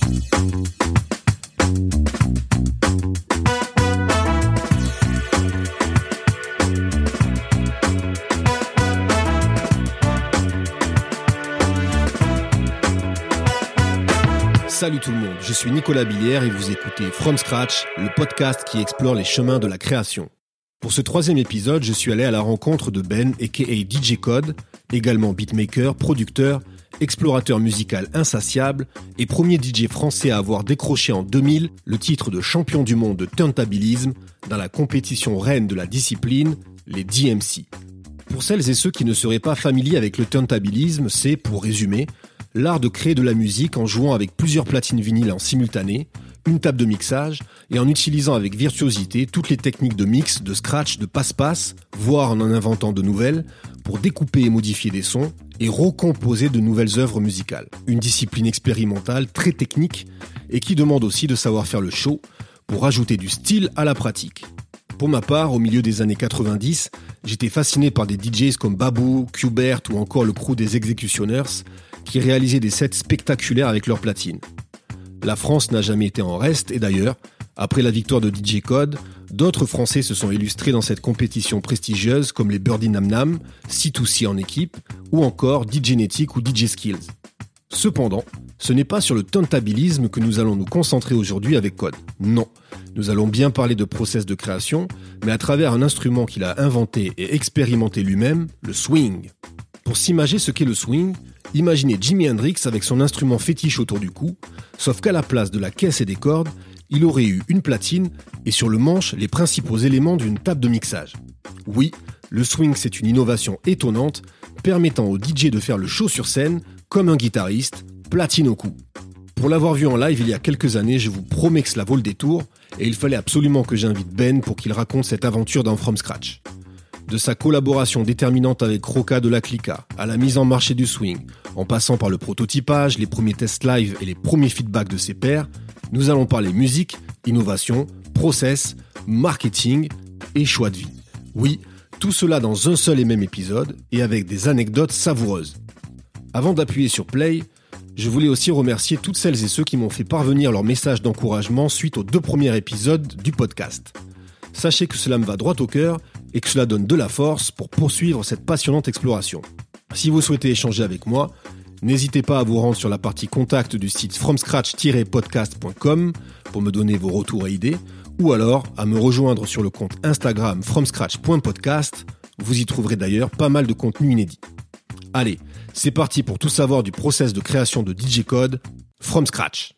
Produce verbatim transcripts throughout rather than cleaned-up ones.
Salut tout le monde, je suis Nicolas Billière et vous écoutez From Scratch, le podcast qui explore les chemins de la création. Pour ce troisième épisode, je suis allé à la rencontre de Ben, aka D J Code, également beatmaker, producteur, explorateur musical insatiable et premier D J français à avoir décroché en deux mille le titre de champion du monde de turntablisme dans la compétition reine de la discipline, les D M C. Pour celles et ceux qui ne seraient pas familiers avec le turntablisme, c'est, pour résumer, l'art de créer de la musique en jouant avec plusieurs platines vinyles en simultané, une table de mixage et en utilisant avec virtuosité toutes les techniques de mix, de scratch, de passe-passe, voire en en inventant de nouvelles, pour découper et modifier des sons et recomposer de nouvelles œuvres musicales. Une discipline expérimentale très technique et qui demande aussi de savoir faire le show pour ajouter du style à la pratique. Pour ma part, au milieu des années quatre-vingt-dix, j'étais fasciné par des D Js comme Babou, Qbert ou encore le crew des Executioners qui réalisaient des sets spectaculaires avec leurs platines. La France n'a jamais été en reste et d'ailleurs, après la victoire de D J Code, d'autres Français se sont illustrés dans cette compétition prestigieuse comme les Birdie Nam Nam, C deux C en équipe ou encore D J Netic ou D J Skills. Cependant, ce n'est pas sur le turntablisme que nous allons nous concentrer aujourd'hui avec Code. Non, nous allons bien parler de process de création, mais à travers un instrument qu'il a inventé et expérimenté lui-même, le swing. Pour s'imager ce qu'est le swing, imaginez Jimi Hendrix avec son instrument fétiche autour du cou, sauf qu'à la place de la caisse et des cordes, il aurait eu une platine et sur le manche les principaux éléments d'une table de mixage. Oui, le swing c'est une innovation étonnante, permettant au D J de faire le show sur scène comme un guitariste, platine au cou. Pour l'avoir vu en live il y a quelques années, je vous promets que cela vaut le détour et il fallait absolument que j'invite Ben pour qu'il raconte cette aventure dans From Scratch. De sa collaboration déterminante avec Roca de la Clica, à la mise en marché du swing, en passant par le prototypage, les premiers tests live et les premiers feedbacks de ses pairs, nous allons parler musique, innovation, process, marketing et choix de vie. Oui, tout cela dans un seul et même épisode et avec des anecdotes savoureuses. Avant d'appuyer sur play, je voulais aussi remercier toutes celles et ceux qui m'ont fait parvenir leurs messages d'encouragement suite aux deux premiers épisodes du podcast. Sachez que cela me va droit au cœur et que cela donne de la force pour poursuivre cette passionnante exploration. Si vous souhaitez échanger avec moi, n'hésitez pas à vous rendre sur la partie contact du site from scratch tiret podcast point com pour me donner vos retours et idées, ou alors à me rejoindre sur le compte Instagram from scratch point podcast. Vous y trouverez d'ailleurs pas mal de contenu inédit. Allez, c'est parti pour tout savoir du process de création de D J Code, From Scratch.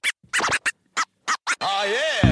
Oh yeah!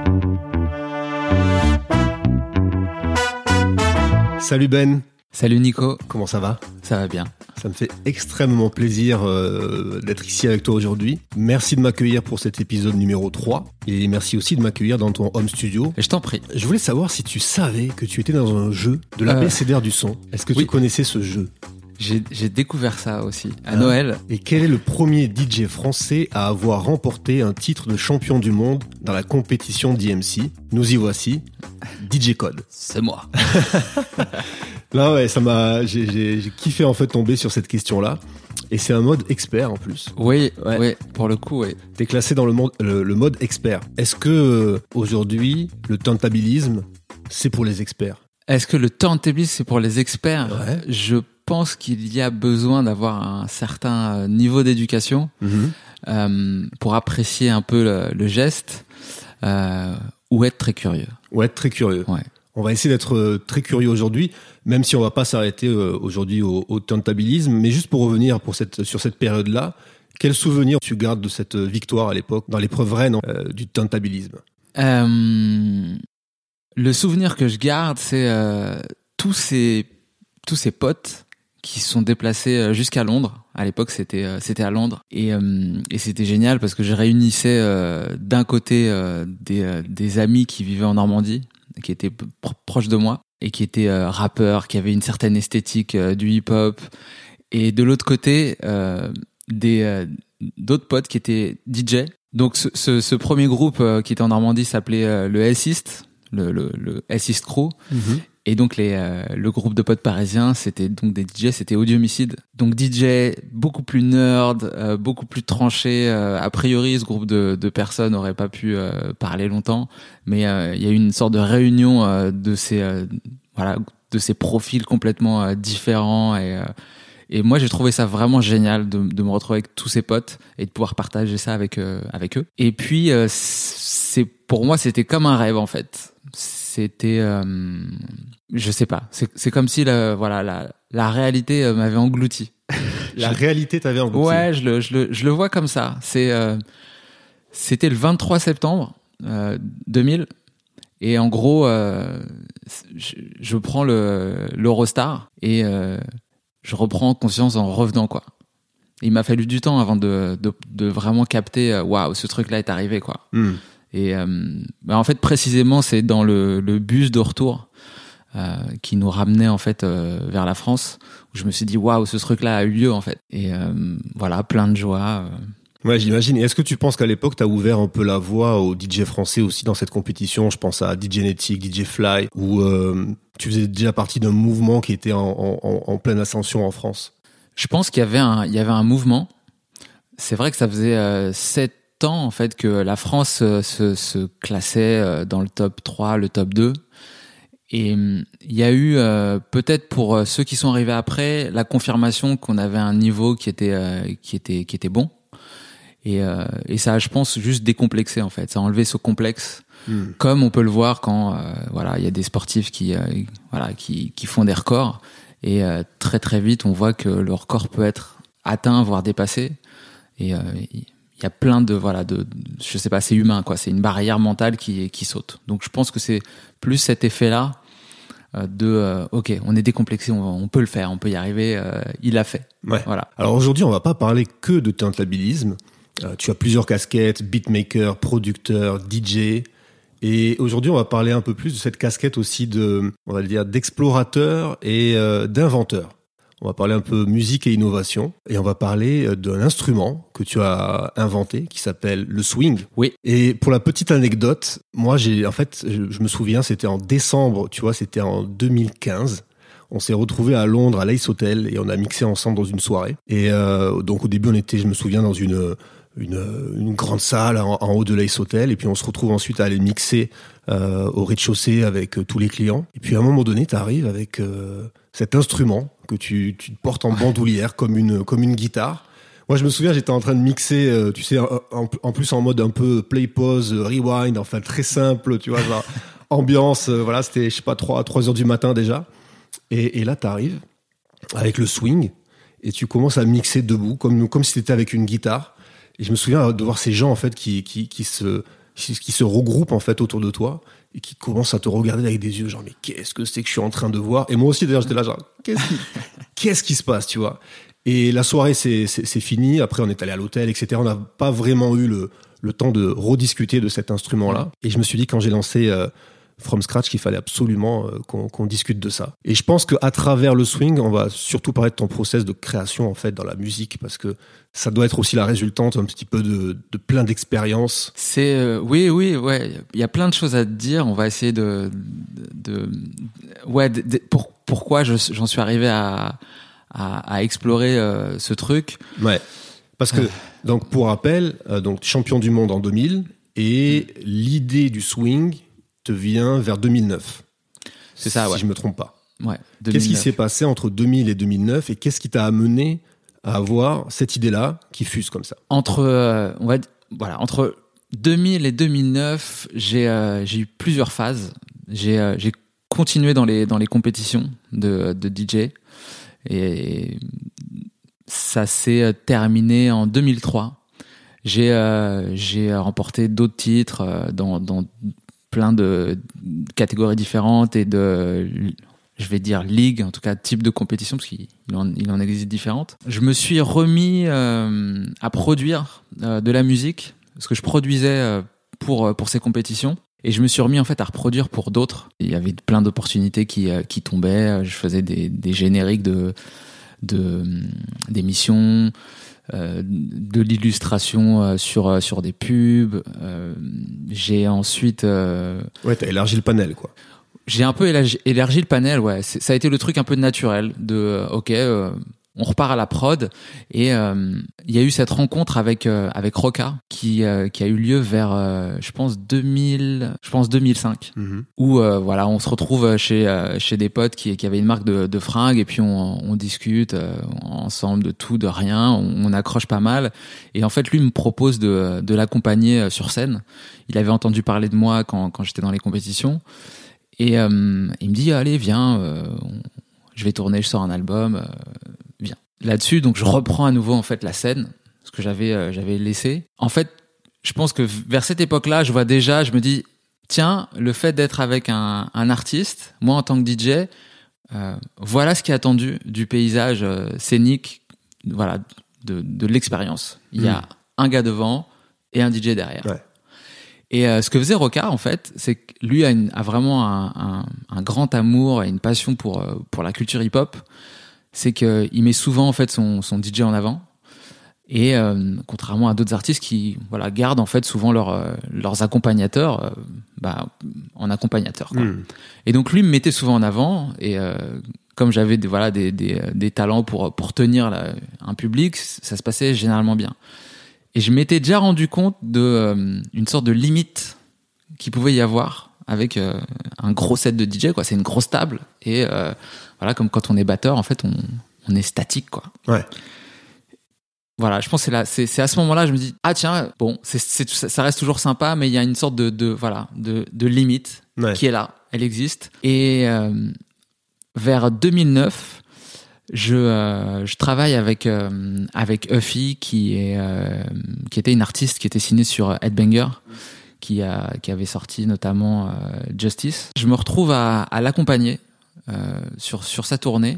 Salut Ben. Salut Nico. Comment ça va ? Ça va bien. Ça me fait extrêmement plaisir euh, d'être ici avec toi aujourd'hui. Merci de m'accueillir pour cet épisode numéro trois. Et merci aussi de m'accueillir dans ton home studio. Et je t'en prie. Je voulais savoir si tu savais que tu étais dans un jeu de l'abécédaire euh, du son. Est-ce que oui. tu connaissais ce jeu ? J'ai, j'ai découvert ça aussi, à ah. Noël. Et quel est le premier D J français à avoir remporté un titre de champion du monde dans la compétition D M C ? Nous y voici, D J Code. C'est moi. Là, ouais, ça m'a, j'ai, j'ai, j'ai kiffé en fait tomber sur cette question-là. Et c'est un mode expert en plus. Oui, ouais. ouais pour le coup, oui. T'es classé dans le, monde, le, le mode expert. Est-ce que euh, aujourd'hui, le turntablisme, c'est pour les experts ? Est-ce que le turntablisme, c'est pour les experts ? Ouais. Je pense qu'il y a besoin d'avoir un certain niveau d'éducation mmh. euh, pour apprécier un peu le, le geste euh, ou être très curieux. Ou être très curieux. Ouais. On va essayer d'être très curieux aujourd'hui, même si on va pas s'arrêter aujourd'hui au, au turntablisme. Mais juste pour revenir pour cette, sur cette période-là, quel souvenir tu gardes de cette victoire à l'époque dans l'épreuve reine euh, du turntablisme ? euh, Le souvenir que je garde, c'est euh, tous ces tous ces potes qui se sont déplacés jusqu'à Londres. À l'époque, c'était euh, c'était à Londres et euh, et c'était génial parce que je réunissais euh, d'un côté euh, des euh, des amis qui vivaient en Normandie, qui étaient pro- proches de moi et qui étaient euh, rappeurs, qui avaient une certaine esthétique euh, du hip-hop, et de l'autre côté euh, des euh, d'autres potes qui étaient D J. Donc ce ce, ce premier groupe euh, qui était en Normandie s'appelait euh, le Hellsist. le, le, le S East Crew. Mm-hmm. Et donc les, euh, le groupe de potes parisiens, c'était donc des D J, c'était Audiomicide. Donc D J beaucoup plus nerd, euh, beaucoup plus tranché. Euh, a priori, ce groupe de, de personnes n'aurait pas pu euh, parler longtemps, mais euh, il y a eu une sorte de réunion euh, de ces euh, voilà de ces profils complètement euh, différents et euh, et moi j'ai trouvé ça vraiment génial de, de me retrouver avec tous ces potes et de pouvoir partager ça avec euh, avec eux. Et puis euh, c'est pour moi c'était comme un rêve en fait. C'était euh, je sais pas, c'est c'est comme si la voilà la la réalité euh, m'avait englouti. La je, réalité t'avait englouti. Ouais, je le je le je le vois comme ça. C'est euh, c'était le vingt-trois septembre euh, deux mille et en gros euh, je, je prends le l'Eurostar et euh, je reprends conscience en revenant quoi. Et il m'a fallu du temps avant de de de vraiment capter waouh, ce truc là est arrivé quoi. Mm. Et euh, bah en fait précisément c'est dans le, le bus de retour euh, qui nous ramenait en fait euh, vers la France où je me suis dit waouh ce truc là a eu lieu en fait et euh, voilà plein de joie. Euh. Ouais j'imagine. Et est-ce que tu penses qu'à l'époque t'as ouvert un peu la voie aux D J français aussi dans cette compétition? Je pense à D J Netic, D J Fly où euh, tu faisais déjà partie d'un mouvement qui était en, en, en pleine ascension en France. Je pense qu'il y avait un il y avait un mouvement. C'est vrai que ça faisait euh, sept temps en fait que la France euh, se, se classait euh, dans le top trois, le top deux et il y a eu euh, peut-être pour euh, ceux qui sont arrivés après la confirmation qu'on avait un niveau qui était euh, qui était qui était bon et euh, et ça je pense juste décomplexé en fait, ça a enlevé ce complexe mmh. comme on peut le voir quand euh, voilà, il y a des sportifs qui euh, voilà qui qui font des records et euh, très très vite on voit que le record peut être atteint voire dépassé et euh, il y a plein de voilà de je sais pas c'est humain quoi, c'est une barrière mentale qui qui saute. Donc je pense que c'est plus cet effet là euh, de euh, OK, on est décomplexé, on, on peut le faire, on peut y arriver, euh, il l'a fait. Ouais. Voilà. Alors aujourd'hui, on va pas parler que de turntablisme. Euh, tu as plusieurs casquettes, beatmaker, producteur, D J et aujourd'hui, on va parler un peu plus de cette casquette aussi de on va le dire d'explorateur et euh, d'inventeur. On va parler un peu musique et innovation et on va parler d'un instrument que tu as inventé qui s'appelle le swing. Oui. Et pour la petite anecdote, moi j'ai en fait je, je me souviens, c'était en décembre, tu vois, c'était en deux mille quinze. On s'est retrouvés à Londres à l'Ace Hotel et on a mixé ensemble dans une soirée. Et euh, donc au début on était, je me souviens, dans une une, une grande salle en, en haut de l'Ace Hotel et puis on se retrouve ensuite à aller mixer euh, au rez-de-chaussée avec euh, tous les clients. Et puis à un moment donné, tu arrives avec euh, cet instrument que tu, tu portes en bandoulière comme une, comme une guitare. Moi, je me souviens, j'étais en train de mixer, euh, tu sais, en, en plus en mode un peu play, pause, rewind, enfin très simple, tu vois, genre ambiance, euh, voilà, c'était, je sais pas, trois heures du matin déjà. Et, et là, t'arrives avec le swing et tu commences à mixer debout, comme, comme si t'étais avec une guitare. Et je me souviens de voir ces gens, en fait, qui, qui, qui se, qui se regroupent, en fait, autour de toi et qui commencent à te regarder avec des yeux genre mais qu'est-ce que c'est que je suis en train de voir? Et moi aussi d'ailleurs j'étais là genre qu'est-ce qui, qu'est-ce qui se passe, tu vois? Et la soirée c'est, c'est, c'est fini, après on est allé à l'hôtel, et cetera. On n'a pas vraiment eu le, le temps de rediscuter de cet instrument-là. Et je me suis dit quand j'ai lancé euh, From Scratch qu'il fallait absolument euh, qu'on, qu'on discute de ça. Et je pense qu'à travers le swing, on va surtout parler de ton process de création en fait dans la musique, parce que ça doit être aussi la résultante un petit peu de, de plein d'expériences. C'est euh, oui, oui, ouais. Il y a plein de choses à te dire. On va essayer de, de, de ouais, de, de, pour, pourquoi je, j'en suis arrivé à, à, à explorer euh, ce truc. Ouais. Parce que donc pour rappel, euh, donc champion du monde en deux mille et mmh. l'idée du swing te vient vers deux mille neuf. C'est ça, si ouais. je me trompe pas. Ouais. deux mille neuf. Qu'est-ce qui s'est passé entre deux mille et deux mille neuf et qu'est-ce qui t'a amené à avoir cette idée-là qui fuse comme ça? Entre, euh, on va, voilà, entre deux mille et deux mille neuf, j'ai, euh, j'ai eu plusieurs phases. J'ai, euh, j'ai continué dans les dans les compétitions de, de D J et ça s'est terminé en deux mille trois. J'ai, euh, j'ai remporté d'autres titres euh, dans dans plein de catégories différentes et de, je vais dire ligue, en tout cas type de compétition, parce qu'il en, il en existe différentes. Je me suis remis euh, à produire euh, de la musique, parce que je produisais euh, pour pour ces compétitions, et je me suis remis en fait à reproduire pour d'autres. Il y avait plein d'opportunités qui euh, qui tombaient. Je faisais des des génériques de de d'émissions, euh, de l'illustration euh, sur sur des pubs, euh, j'ai ensuite euh, ouais, t'as élargi le panel, quoi. J'ai un peu élargi, élargi le panel, ouais. C'est, ça a été le truc un peu naturel de, euh, ok, euh, on repart à la prod. Et euh, il y a eu cette rencontre avec euh, avec Roca qui euh, qui a eu lieu vers, euh, je pense deux mille, je pense deux mille cinq, mm-hmm. où euh, voilà, on se retrouve chez euh, chez des potes qui qui avaient une marque de, de fringues et puis on on discute euh, ensemble de tout, de rien. On, on accroche pas mal. Et en fait, lui me propose de de l'accompagner sur scène. Il avait entendu parler de moi quand quand j'étais dans les compétitions. Et euh, il me dit allez viens, euh, on, je vais tourner, je sors un album, euh, viens. Là-dessus, donc je reprends à nouveau en fait la scène, ce que j'avais euh, j'avais laissé. En fait, je pense que vers cette époque-là, je vois déjà, je me dis tiens, le fait d'être avec un, un artiste, moi en tant que D J, euh, voilà ce qui est attendu du paysage euh, scénique, voilà, de, de l'expérience. Il mmh. y a un gars devant et un D J derrière. Ouais. Et euh, ce que faisait Roca, en fait, c'est que lui a, une, a vraiment un, un, un grand amour et une passion pour euh, pour la culture hip-hop. C'est que il met souvent en fait son son D J en avant. Et euh, contrairement à d'autres artistes qui voilà gardent en fait souvent leur, euh, leurs accompagnateurs euh, bah, en accompagnateurs. Quoi. Mmh. Et donc lui me mettait souvent en avant. Et euh, comme j'avais des, voilà des des des talents pour pour tenir la, un public, ça se passait généralement bien. Et je m'étais déjà rendu compte de euh, une sorte de limite qu'il pouvait y avoir avec euh, un gros set de D J, quoi. C'est une grosse table et euh, voilà, comme quand on est batteur, en fait, on, on est statique, quoi. Ouais. Voilà, je pense que c'est là, c'est, c'est à ce moment-là, je me dis ah tiens, bon, c'est, c'est ça reste toujours sympa, mais il y a une sorte de, de voilà, de, de limite ouais. qui est là, elle existe. Et euh, vers deux mille neuf. Je euh, je travaille avec euh, avec Uffy qui est euh, qui était une artiste qui était signée sur Headbanger, qui a qui avait sorti notamment euh, Justice. Je me retrouve à à l'accompagner euh, sur sur sa tournée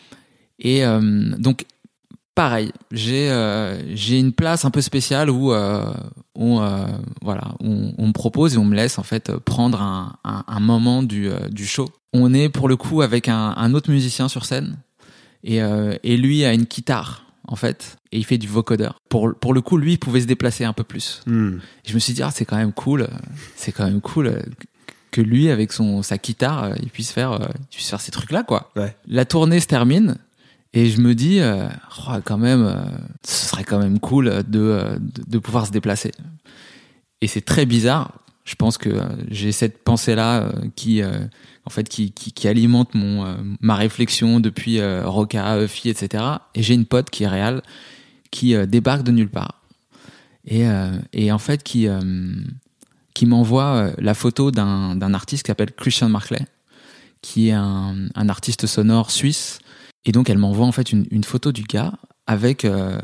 et euh, donc pareil, j'ai euh, j'ai une place un peu spéciale où euh, on euh, voilà, on, on me propose et on me laisse en fait prendre un un, un moment du euh, du show. On est pour le coup avec un un autre musicien sur scène. Et, euh, et lui a une guitare en fait et il fait du vocodeur. Pour pour le coup, lui il pouvait se déplacer un peu plus. Mm. Et je me suis dit ah c'est quand même cool, c'est quand même cool que lui avec son sa guitare il puisse faire il puisse faire ces trucs là quoi. Ouais. La tournée se termine et je me dis euh, oh, quand même euh, ce serait quand même cool de, de de pouvoir se déplacer. Et c'est très bizarre. Je pense que euh, j'ai cette pensée là euh, qui euh, en fait qui, qui qui alimente mon euh, ma réflexion depuis euh, Roca, Uffy, et cetera. Et j'ai une pote qui est réelle qui euh, débarque de nulle part et euh, et en fait qui euh, qui m'envoie euh, la photo d'un d'un artiste qui s'appelle Christian Marclay, qui est un un artiste sonore suisse. Et donc elle m'envoie en fait une une photo du gars avec euh,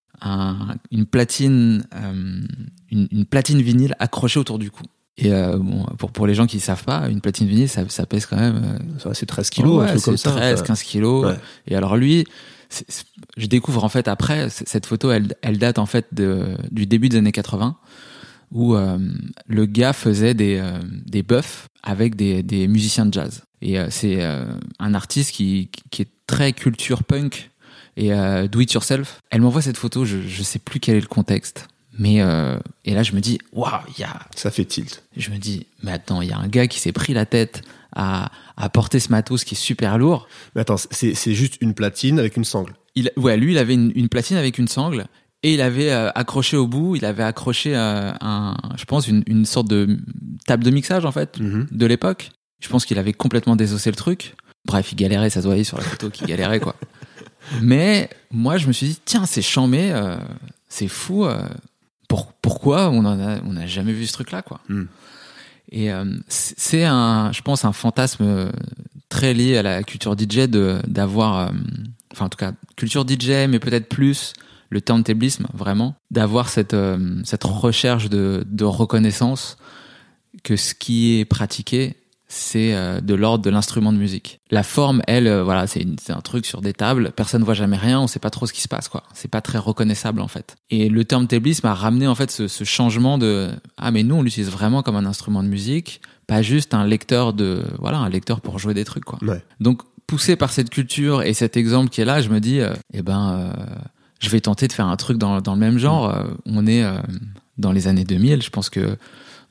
un une platine euh, une, une platine vinyle accrochée autour du cou. Et euh, bon, pour pour les gens qui savent pas, une platine vinyle ça ça pèse quand même euh, ça, c'est treize kilos, ouais, un truc c'est comme ça, treize quinze kilos. Ouais. Et alors lui c'est, c'est, je découvre en fait après cette photo elle elle date en fait de du début des années quatre-vingts où euh, le gars faisait des euh, des buffs avec des des musiciens de jazz. Et euh, c'est euh, un artiste qui qui est très culture punk et euh, do it yourself. Elle m'envoie cette photo, je je sais plus quel est le contexte. Mais euh, et là je me dis waouh, il y a ça fait tilt. Je me dis mais attends, il y a un gars qui s'est pris la tête à à porter ce matos qui est super lourd. Mais attends, c'est c'est juste une platine avec une sangle. Il ouais, lui il avait une une platine avec une sangle et il avait euh, accroché au bout, il avait accroché euh, un je pense une une sorte de table de mixage en fait mm-hmm. de l'époque. Je pense qu'il avait complètement désossé le truc. Bref, il galérait, ça se voyait sur la photo qu'il galérait quoi. Mais moi je me suis dit tiens, c'est chambé, euh, c'est fou euh, Pour, pourquoi on en a on n'a jamais vu ce truc là quoi. Mm. Et euh, c'est un je pense un fantasme très lié à la culture D J de d'avoir euh, enfin en tout cas culture D J mais peut-être plus le turntablisme vraiment d'avoir cette euh, cette recherche de de reconnaissance que ce qui est pratiqué c'est euh, de l'ordre de l'instrument de musique. La forme, elle, euh, voilà, c'est, une, c'est un truc sur des tables, personne voit jamais rien, on sait pas trop ce qui se passe, quoi. C'est pas très reconnaissable, en fait. Et le turntablisme a ramené, en fait, ce, ce changement de, ah, mais nous, on l'utilise vraiment comme un instrument de musique, pas juste un lecteur de, voilà, un lecteur pour jouer des trucs, quoi. Ouais. Donc, poussé par cette culture et cet exemple qui est là, je me dis, euh, eh ben, euh, je vais tenter de faire un truc dans, dans le même genre. Euh, on est euh, dans les années deux mille, je pense que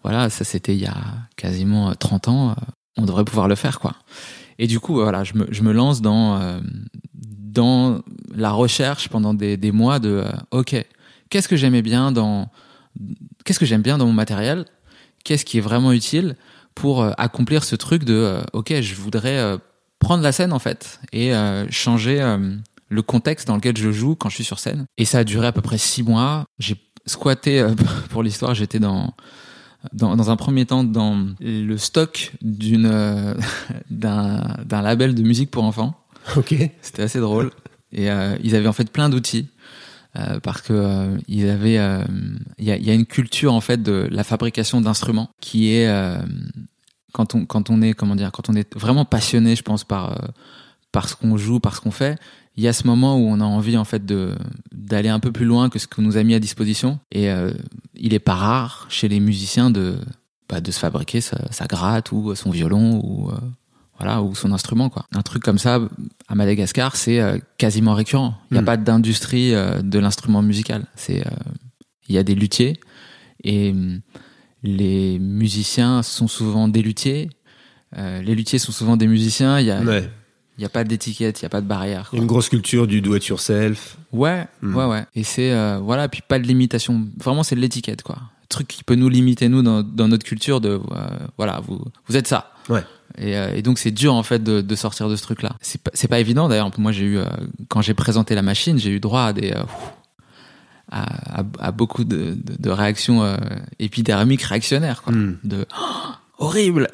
voilà, ça c'était il y a quasiment trente ans, euh, on devrait pouvoir le faire, quoi. Et du coup, voilà, je me, je me lance dans, euh, dans la recherche pendant des, des mois de, euh, ok, qu'est-ce que j'aimais bien dans, qu'est-ce que j'aime bien dans mon matériel? Qu'est-ce qui est vraiment utile pour euh, accomplir ce truc de, euh, ok, je voudrais euh, prendre la scène, en fait, et euh, changer euh, le contexte dans lequel je joue quand je suis sur scène. Et ça a duré à peu près six mois. J'ai squatté, euh, pour l'histoire, j'étais dans, Dans, dans un premier temps, dans le stock d'une euh, d'un d'un label de musique pour enfants. Ok. C'était assez drôle. Et euh, ils avaient en fait plein d'outils euh, parce que euh, ils avaient il euh, y a il y a une culture en fait de la fabrication d'instruments qui est euh, quand on quand on est comment dire quand on est vraiment passionné, je pense par euh, par ce qu'on joue, par ce qu'on fait. Il y a ce moment où on a envie en fait de d'aller un peu plus loin que ce qu'on nous a mis à disposition, et euh, il est pas rare chez les musiciens de bah, de se fabriquer sa, sa gratte ou son violon ou euh, voilà ou son instrument, quoi. Un truc comme ça à Madagascar, c'est euh, quasiment récurrent. Il y a mmh. pas d'industrie euh, de l'instrument musical. C'est euh, il y a des luthiers et les musiciens sont souvent des luthiers. Euh, les luthiers sont souvent des musiciens. Il y a ouais. Il n'y a pas d'étiquette, il n'y a pas de barrière, quoi. Une grosse culture du do-it-yourself. Ouais, mmh. ouais, ouais. Et c'est, euh, voilà, puis pas de limitation. Vraiment, c'est de l'étiquette, quoi. Un truc qui peut nous limiter, nous, dans, dans notre culture, de, euh, voilà, vous, vous êtes ça. Ouais. Et, euh, et donc, c'est dur, en fait, de, de sortir de ce truc-là. C'est pas, c'est pas évident, d'ailleurs. Moi, j'ai eu, euh, quand j'ai présenté la machine, j'ai eu droit à des, euh, à, à, à beaucoup de, de, de réactions euh, épidermiques réactionnaires, quoi. Mmh. De, oh, horrible!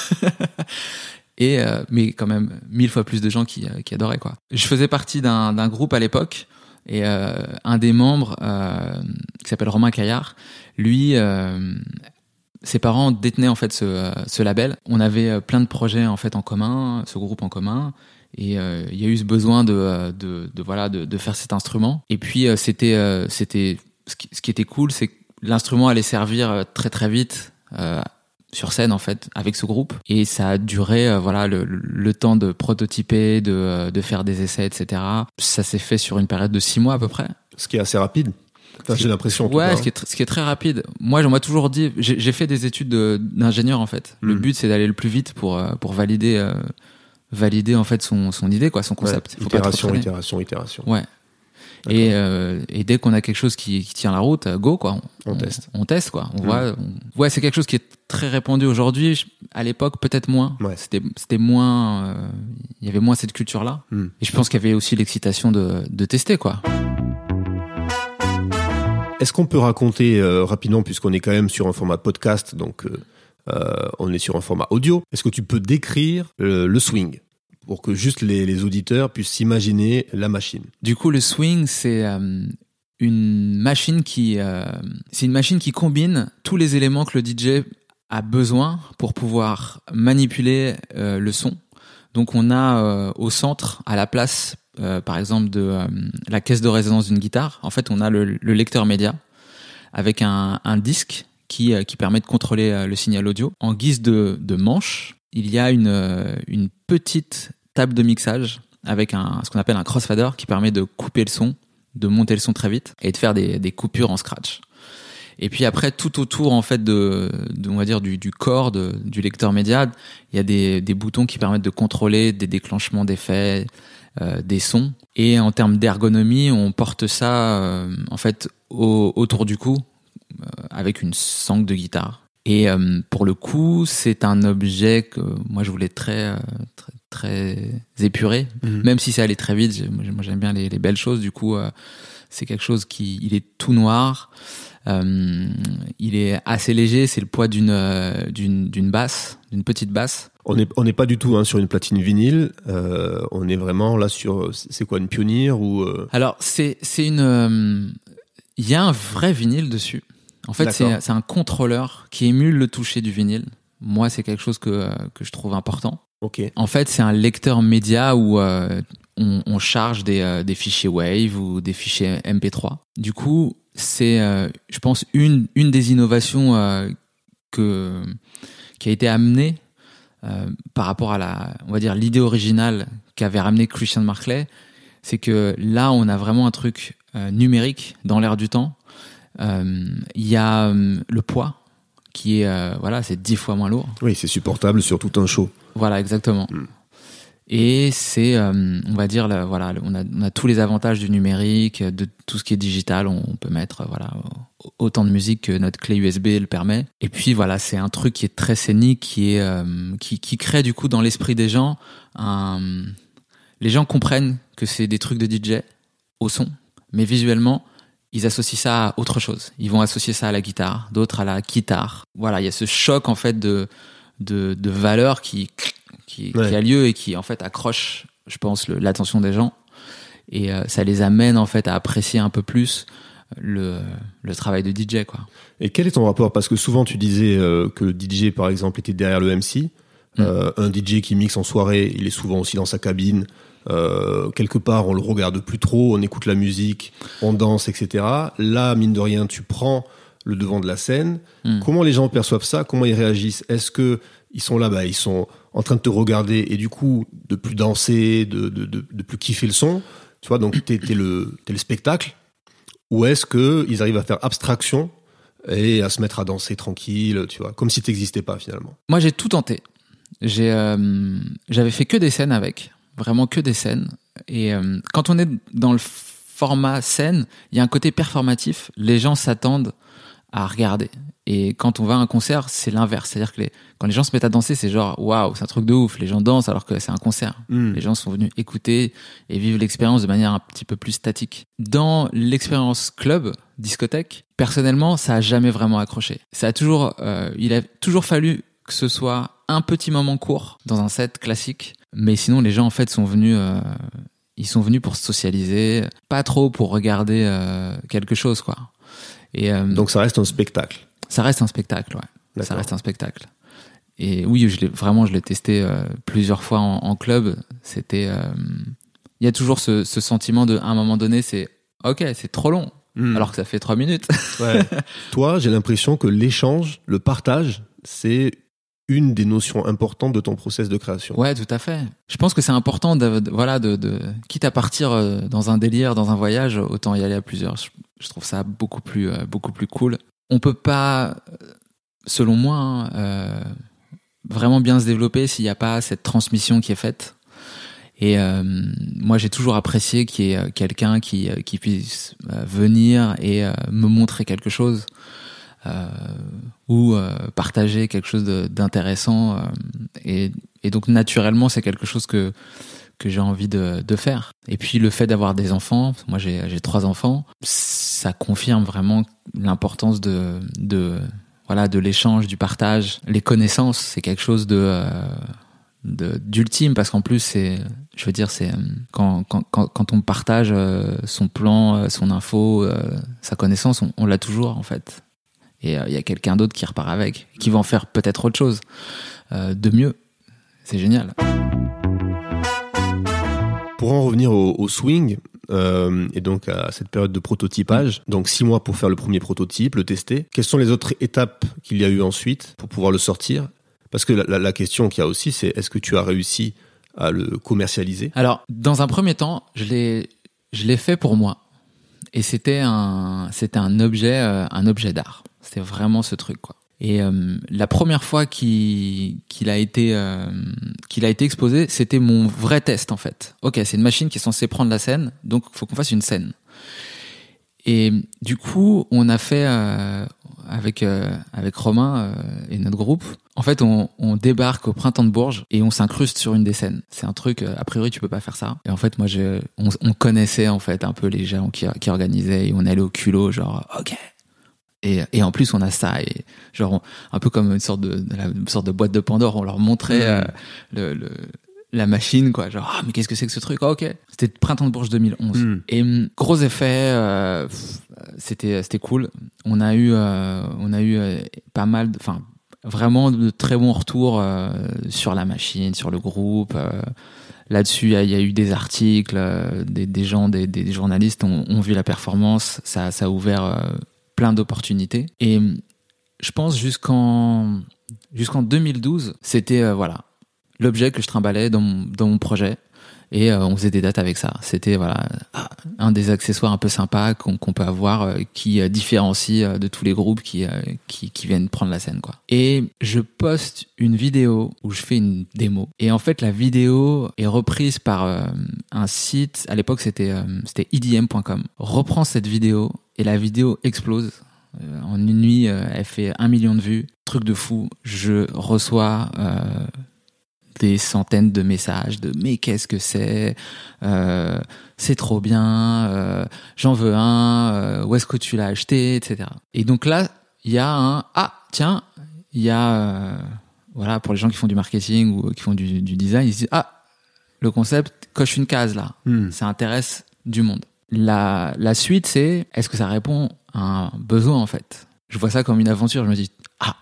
Et euh, mais quand même mille fois plus de gens qui, euh, qui adoraient, quoi. Je faisais partie d'un, d'un groupe à l'époque, et euh, un des membres euh, qui s'appelle Romain Caillard, lui, euh, ses parents détenaient en fait ce, ce label. On avait plein de projets en fait en commun, ce groupe en commun, et euh, il y a eu ce besoin de, de, de voilà de, de faire cet instrument. Et puis euh, c'était euh, c'était ce qui, ce qui était cool, c'est que l'instrument allait servir très très vite. Euh, sur scène en fait avec ce groupe, et ça a duré euh, voilà le, le temps de prototyper, de, de faire des essais, etc. Ça s'est fait sur une période de six mois à peu près, ce qui est assez rapide. Enfin, j'ai l'impression. Ouais, cas, ce qui est tr- ce qui est très rapide. Moi, j'en m'a toujours dit, j'ai, j'ai fait des études de, d'ingénieur en fait. Le mmh. but c'est d'aller le plus vite pour euh, pour valider euh, valider en fait son son idée, quoi, son concept. Ouais, Faut itération, pas itération, itération. Ouais. Et, euh, et dès qu'on a quelque chose qui, qui tient la route, go, quoi. On, on teste. On, on teste, quoi. On mmh. voit. On... Ouais, c'est quelque chose qui est très répandu aujourd'hui. À l'époque, peut-être moins. Ouais. C'était, c'était moins. Euh, il y avait moins cette culture-là. Mmh. Et je pense qu'il y avait aussi l'excitation de, de tester, quoi. Est-ce qu'on peut raconter euh, rapidement, puisqu'on est quand même sur un format podcast, donc euh, euh, on est sur un format audio. Est-ce que tu peux décrire euh, le swing ? Pour que juste les, les auditeurs puissent s'imaginer la machine. Du coup, le swing, c'est euh, une machine qui, euh, c'est une machine qui combine tous les éléments que le D J a besoin pour pouvoir manipuler euh, le son. Donc, on a euh, au centre, à la place, euh, par exemple, de euh, la caisse de résonance d'une guitare. En fait, on a le, le lecteur média avec un, un disque qui, euh, qui permet de contrôler euh, le signal audio. En guise de, de manche, il y a une, une petite table de mixage avec un, ce qu'on appelle un crossfader qui permet de couper le son, de monter le son très vite et de faire des, des coupures en scratch. Et puis après, tout autour en fait de, de on va dire du, du corps de, du lecteur média, il y a des, des boutons qui permettent de contrôler des déclenchements d'effets, euh, des sons. Et en termes d'ergonomie, on porte ça euh, en fait au, autour du cou euh, avec une sangle de guitare. Et euh, pour le coup, c'est un objet que moi je voulais très euh, très, très épuré, mmh. même si ça allait très vite. Moi j'aime bien les, les belles choses. Du coup, euh, c'est quelque chose qui, il est tout noir. Euh, il est assez léger. C'est le poids d'une euh, d'une d'une basse, d'une petite basse. On n'est on n'est pas du tout hein, sur une platine vinyle. Euh, on est vraiment là sur c'est quoi, une Pioneer ou euh... Alors c'est c'est une il euh, y a un vrai vinyle dessus. En fait, c'est, c'est un contrôleur qui émule le toucher du vinyle. Moi, c'est quelque chose que, que je trouve important. Okay. En fait, c'est un lecteur média où euh, on, on charge des, euh, des fichiers Wave ou des fichiers M P trois. Du coup, c'est, euh, je pense, une, une des innovations euh, que, qui a été amenée euh, par rapport à la, on va dire, l'idée originale qu'avait ramené Christian Marclay. C'est que là, on a vraiment un truc euh, numérique dans l'air du temps. Il euh, y a euh, le poids qui est euh, voilà, c'est dix fois moins lourd. Oui, c'est supportable sur tout un show. Voilà, exactement. Mm. Et c'est, euh, on va dire, là, voilà, on a, on a tous les avantages du numérique, de tout ce qui est digital. On, on peut mettre, voilà, autant de musique que notre clé U S B le permet. Et puis voilà, c'est un truc qui est très scénique, qui est, euh, qui, qui crée du coup dans l'esprit des gens, un, les gens comprennent que c'est des trucs de D J au son, mais visuellement, ils associent ça à autre chose. Ils vont associer ça à la guitare, d'autres à la guitare. Voilà, il y a ce choc en fait de de, de valeurs qui Qui, ouais. qui a lieu et qui en fait accroche, je pense, le, l'attention des gens, et euh, ça les amène en fait à apprécier un peu plus le, le travail de D J, quoi. Et quel est ton rapport? Parce que souvent tu disais euh, que le D J par exemple était derrière le M C. Mm. Euh, un D J qui mixe en soirée, il est souvent aussi dans sa cabine. Euh, quelque part, on le regarde plus trop, on écoute la musique, on danse, et cetera. Là, mine de rien, tu prends le devant de la scène. Mm. Comment les gens perçoivent ça? Comment ils réagissent? Est-ce que ils sont là, bah, ils sont en train de te regarder et du coup de plus danser, de de de, de plus kiffer le son, tu vois, donc t'es t'es le t'es le spectacle, ou est-ce que ils arrivent à faire abstraction et à se mettre à danser tranquille, tu vois, comme si t'existais pas finalement? Moi, j'ai tout tenté. J'ai euh, j'avais fait que des scènes avec, vraiment que des scènes. Et euh, quand on est dans le format scène, il y a un côté performatif. Les gens s'attendent à regarder. Et quand on va à un concert, c'est l'inverse. C'est-à-dire que les, quand les gens se mettent à danser, c'est genre waouh, c'est un truc de ouf. Les gens dansent alors que c'est un concert. Mm. Les gens sont venus écouter et vivre l'expérience de manière un petit peu plus statique. Dans l'expérience club, discothèque, personnellement, ça a jamais vraiment accroché. Ça a toujours, euh, il a toujours fallu que ce soit un petit moment court dans un set classique. Mais sinon, les gens en fait sont venus. Euh, ils sont venus pour se socialiser, pas trop pour regarder euh, quelque chose, quoi. Et, euh, donc ça reste un spectacle. Ça reste un spectacle, ouais. D'accord. Ça reste un spectacle. Et oui, je l'ai, vraiment, je l'ai testé euh, plusieurs fois en, en club. C'était, il euh, y a toujours ce, ce sentiment de, à un moment donné, c'est ok, c'est trop long, mmh. alors que ça fait trois minutes. Ouais. Toi, j'ai l'impression que l'échange, le partage, c'est une des notions importantes de ton process de création. Ouais, tout à fait. Je pense que c'est important de, de voilà, de, de, quitte à partir dans un délire, dans un voyage, autant y aller à plusieurs. Je, je trouve ça beaucoup plus, beaucoup plus cool. On peut pas, selon moi, hein, euh, vraiment bien se développer s'il n'y a pas cette transmission qui est faite. Et euh, moi, j'ai toujours apprécié qu'il y ait quelqu'un qui, qui puisse venir et euh, me montrer quelque chose. Euh, ou euh, partager quelque chose de, d'intéressant, euh, et, et donc naturellement c'est quelque chose que que j'ai envie de, de faire. Et puis le fait d'avoir des enfants, moi j'ai j'ai trois enfants, ça confirme vraiment l'importance de de voilà de l'échange, du partage. Les connaissances, c'est quelque chose de euh, de d'ultime, parce qu'en plus c'est, je veux dire, c'est quand quand quand, quand on partage euh, son plan, son info, euh, sa connaissance, on, on l'a toujours en fait. Et il euh, y a quelqu'un d'autre qui repart avec, qui va en faire peut-être autre chose euh, de mieux. C'est génial. Pour en revenir au, au swing, euh, et donc à cette période de prototypage, donc six mois pour faire le premier prototype, le tester, quelles sont les autres étapes qu'il y a eu ensuite pour pouvoir le sortir? Parce que la, la, la question qu'il y a aussi, c'est est-ce que tu as réussi à le commercialiser? Alors, dans un premier temps, je l'ai, je l'ai fait pour moi. Et c'était un, c'était un objet, euh, un objet d'art. C'était vraiment ce truc, quoi. Et euh, la première fois qu'il, qu'il a été, euh, qu'il a été exposé, c'était mon vrai test, en fait. Ok, c'est une machine qui est censée prendre la scène, donc il faut qu'on fasse une scène. Et du coup, on a fait euh, avec euh, avec Romain euh, et notre groupe. En fait, on, on débarque au Printemps de Bourges et on s'incruste sur une des scènes. C'est un truc, euh, a priori, tu peux pas faire ça. Et en fait, moi, je, on, on connaissait en fait un peu les gens qui, qui organisaient, et on allait au culot, genre, ok. Et, et en plus, on a ça, et genre, on, un peu comme une sorte de, de la, une sorte de boîte de Pandore, on leur montrait mmh. euh, le, le la machine, quoi, genre ah mais qu'est-ce que c'est que ce truc? Ah, ok, c'était Printemps de Bourges deux mille onze. Mm. Et gros effet, euh, c'était c'était cool. On a eu euh, on a eu euh, pas mal, enfin vraiment de très bons retours euh, sur la machine, sur le groupe. Euh, là-dessus, il y, y a eu des articles, euh, des, des gens, des, des journalistes ont, ont vu la performance. Ça ça a ouvert euh, plein d'opportunités. Et je pense jusqu'en jusqu'en deux mille douze, c'était euh, voilà. l'objet que je trimballais dans mon, dans mon projet. Et euh, on faisait des dates avec ça. C'était voilà un des accessoires un peu sympas qu'on, qu'on peut avoir euh, qui euh, différencie euh, de tous les groupes qui, euh, qui qui viennent prendre la scène quoi. Et je poste une vidéo où je fais une démo. Et en fait la vidéo est reprise par euh, un site. À l'époque c'était euh, c'était E D M point com. Reprend cette vidéo et la vidéo explose. Euh, en une nuit, euh, elle fait un million de vues. Truc de fou. Je reçois euh, des centaines de messages de mais qu'est-ce que c'est, euh, c'est trop bien, euh, j'en veux un, euh, où est-ce que tu l'as acheté, et cetera. Et donc là, il y a un ah tiens, il y a euh, voilà pour les gens qui font du marketing ou qui font du, du design, ils se disent ah le concept coche une case là, mm. ça intéresse du monde. La la suite c'est est-ce que ça répond à un besoin en fait. Je vois ça comme une aventure, je me dis ah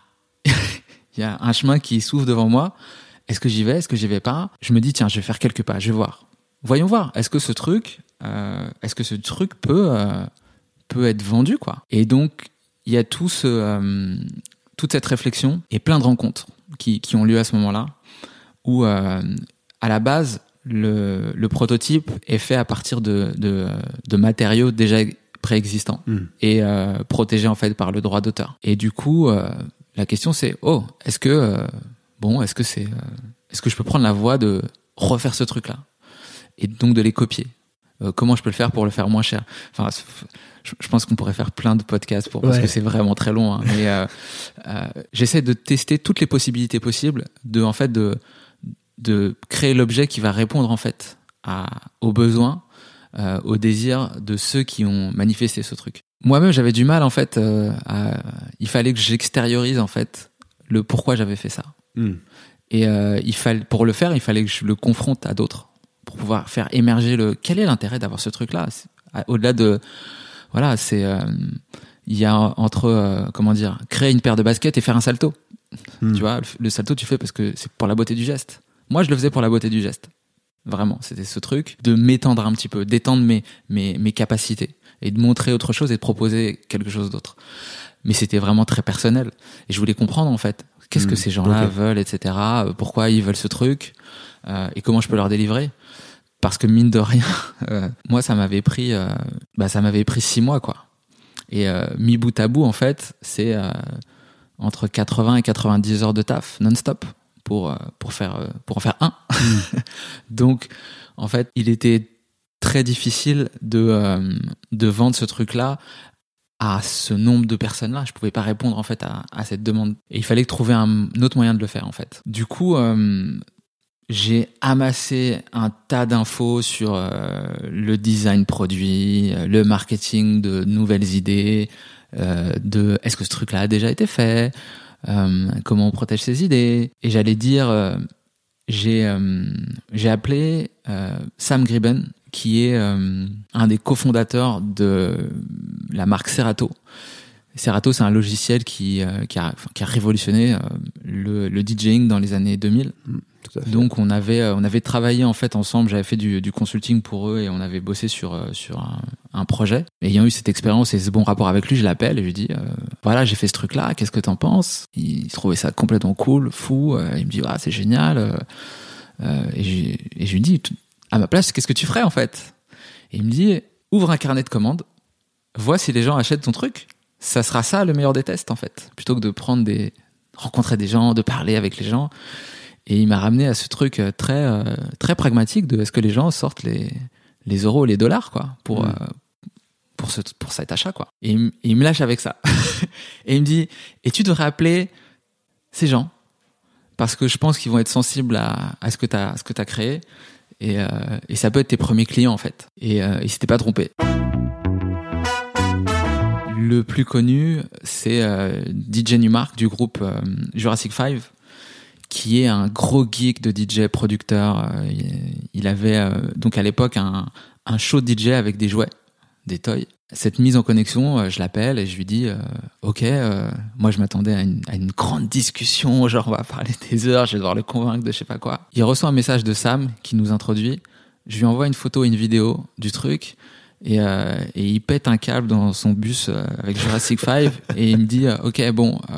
il y a un chemin qui s'ouvre devant moi. Est-ce que j'y vais? Est-ce que j'y vais pas? Je me dis tiens, je vais faire quelques pas, je vais voir. Voyons voir. Est-ce que ce truc, euh, est-ce que ce truc peut euh, peut être vendu quoi? Et donc il y a tout ce, euh, toute cette réflexion et plein de rencontres qui qui ont lieu à ce moment-là où euh, à la base le le prototype est fait à partir de de, de matériaux déjà préexistants mmh. et euh, protégés en fait par le droit d'auteur. Et du coup euh, la question c'est oh est-ce que euh, bon, est-ce que c'est, euh, est-ce que je peux prendre la voie de refaire ce truc-là et donc de les copier? Euh, comment je peux le faire pour le faire moins cher? Enfin, je, je pense qu'on pourrait faire plein de podcasts pour parce ouais. que c'est vraiment très long. Hein, mais euh, euh, j'essaie de tester toutes les possibilités possibles, de en fait de de créer l'objet qui va répondre en fait à aux besoins, euh, aux désirs de ceux qui ont manifesté ce truc. Moi-même, j'avais du mal en fait. Euh, à, il fallait que j'extériorise en fait le pourquoi j'avais fait ça. Mm. Et euh, il fallait, pour le faire, il fallait que je le confronte à d'autres pour pouvoir faire émerger le. Quel est l'intérêt d'avoir ce truc-là? Au-delà de, voilà, c'est euh, il y a entre euh, comment dire, créer une paire de baskets et faire un salto. Mm. Tu vois, le, le salto tu fais parce que c'est pour la beauté du geste. Moi, je le faisais pour la beauté du geste. Vraiment, c'était ce truc de m'étendre un petit peu, d'étendre mes mes mes capacités et de montrer autre chose et de proposer quelque chose d'autre. Mais c'était vraiment très personnel et je voulais comprendre en fait. Qu'est-ce que ces gens-là okay. veulent, et cetera. Pourquoi ils veulent ce truc euh, et comment je peux leur délivrer? Parce que mine de rien, euh, moi ça m'avait pris, euh, bah ça m'avait pris six mois quoi. Et euh, mis bout à bout en fait, c'est euh, entre quatre-vingts et quatre-vingt-dix heures de taf non-stop pour euh, pour faire euh, pour en faire un. Mm. Donc en fait, il était très difficile de euh, de vendre ce truc-là à ce nombre de personnes-là. Je pouvais pas répondre en fait à, à cette demande. Et il fallait trouver un, un autre moyen de le faire en fait. Du coup, euh, j'ai amassé un tas d'infos sur euh, le design produit, le marketing de nouvelles idées, euh, de est-ce que ce truc-là a déjà été fait, euh, comment on protège ses idées. Et j'allais dire, euh, j'ai euh, j'ai appelé euh, Sam Griben, qui est euh, un des cofondateurs de la marque Serato. Serato, c'est un logiciel qui, euh, qui, a, qui a révolutionné euh, le, le DJing dans les années deux mille. Mmh, tout à fait. Donc on avait, euh, on avait travaillé en fait ensemble, j'avais fait du, du consulting pour eux et on avait bossé sur, euh, sur un, un projet. Et ayant eu cette expérience et ce bon rapport avec lui, je l'appelle et je lui dis euh, voilà, j'ai fait ce truc-là, qu'est-ce que t'en penses? Il trouvait ça complètement cool, fou. Euh, il me dit ah, c'est génial. Euh, euh, et, je, et je lui dis à ma place, qu'est-ce que tu ferais en fait? Et il me dit ouvre un carnet de commandes, vois si les gens achètent ton truc. Ça sera ça le meilleur des tests en fait, plutôt que de prendre des rencontrer des gens, de parler avec les gens. Et il m'a ramené à ce truc très euh, très pragmatique de est-ce que les gens sortent les les euros, les dollars quoi pour mmh. euh, pour ce pour cet achat quoi. Et il, il me lâche avec ça. Et il me dit et tu devrais appeler ces gens parce que je pense qu'ils vont être sensibles à à ce que t'as à ce que t'as créé et euh, et ça peut être tes premiers clients en fait. Et euh, il s'était pas trompé. Le plus connu, c'est euh, D J Newmark du groupe euh, Jurassic five, qui est un gros geek de D J producteur. Euh, il avait euh, donc à l'époque un, un show de D J avec des jouets, des toys. Cette mise en connexion, euh, je l'appelle et je lui dis euh, ok, euh, moi je m'attendais à une, à une grande discussion, genre on va parler des heures, je vais devoir le convaincre de je sais pas quoi. Il reçoit un message de Sam qui nous introduit. Je lui envoie une photo et une vidéo du truc. Et, euh, et il pète un câble dans son bus euh, avec Jurassic five et il me dit euh, ok bon euh,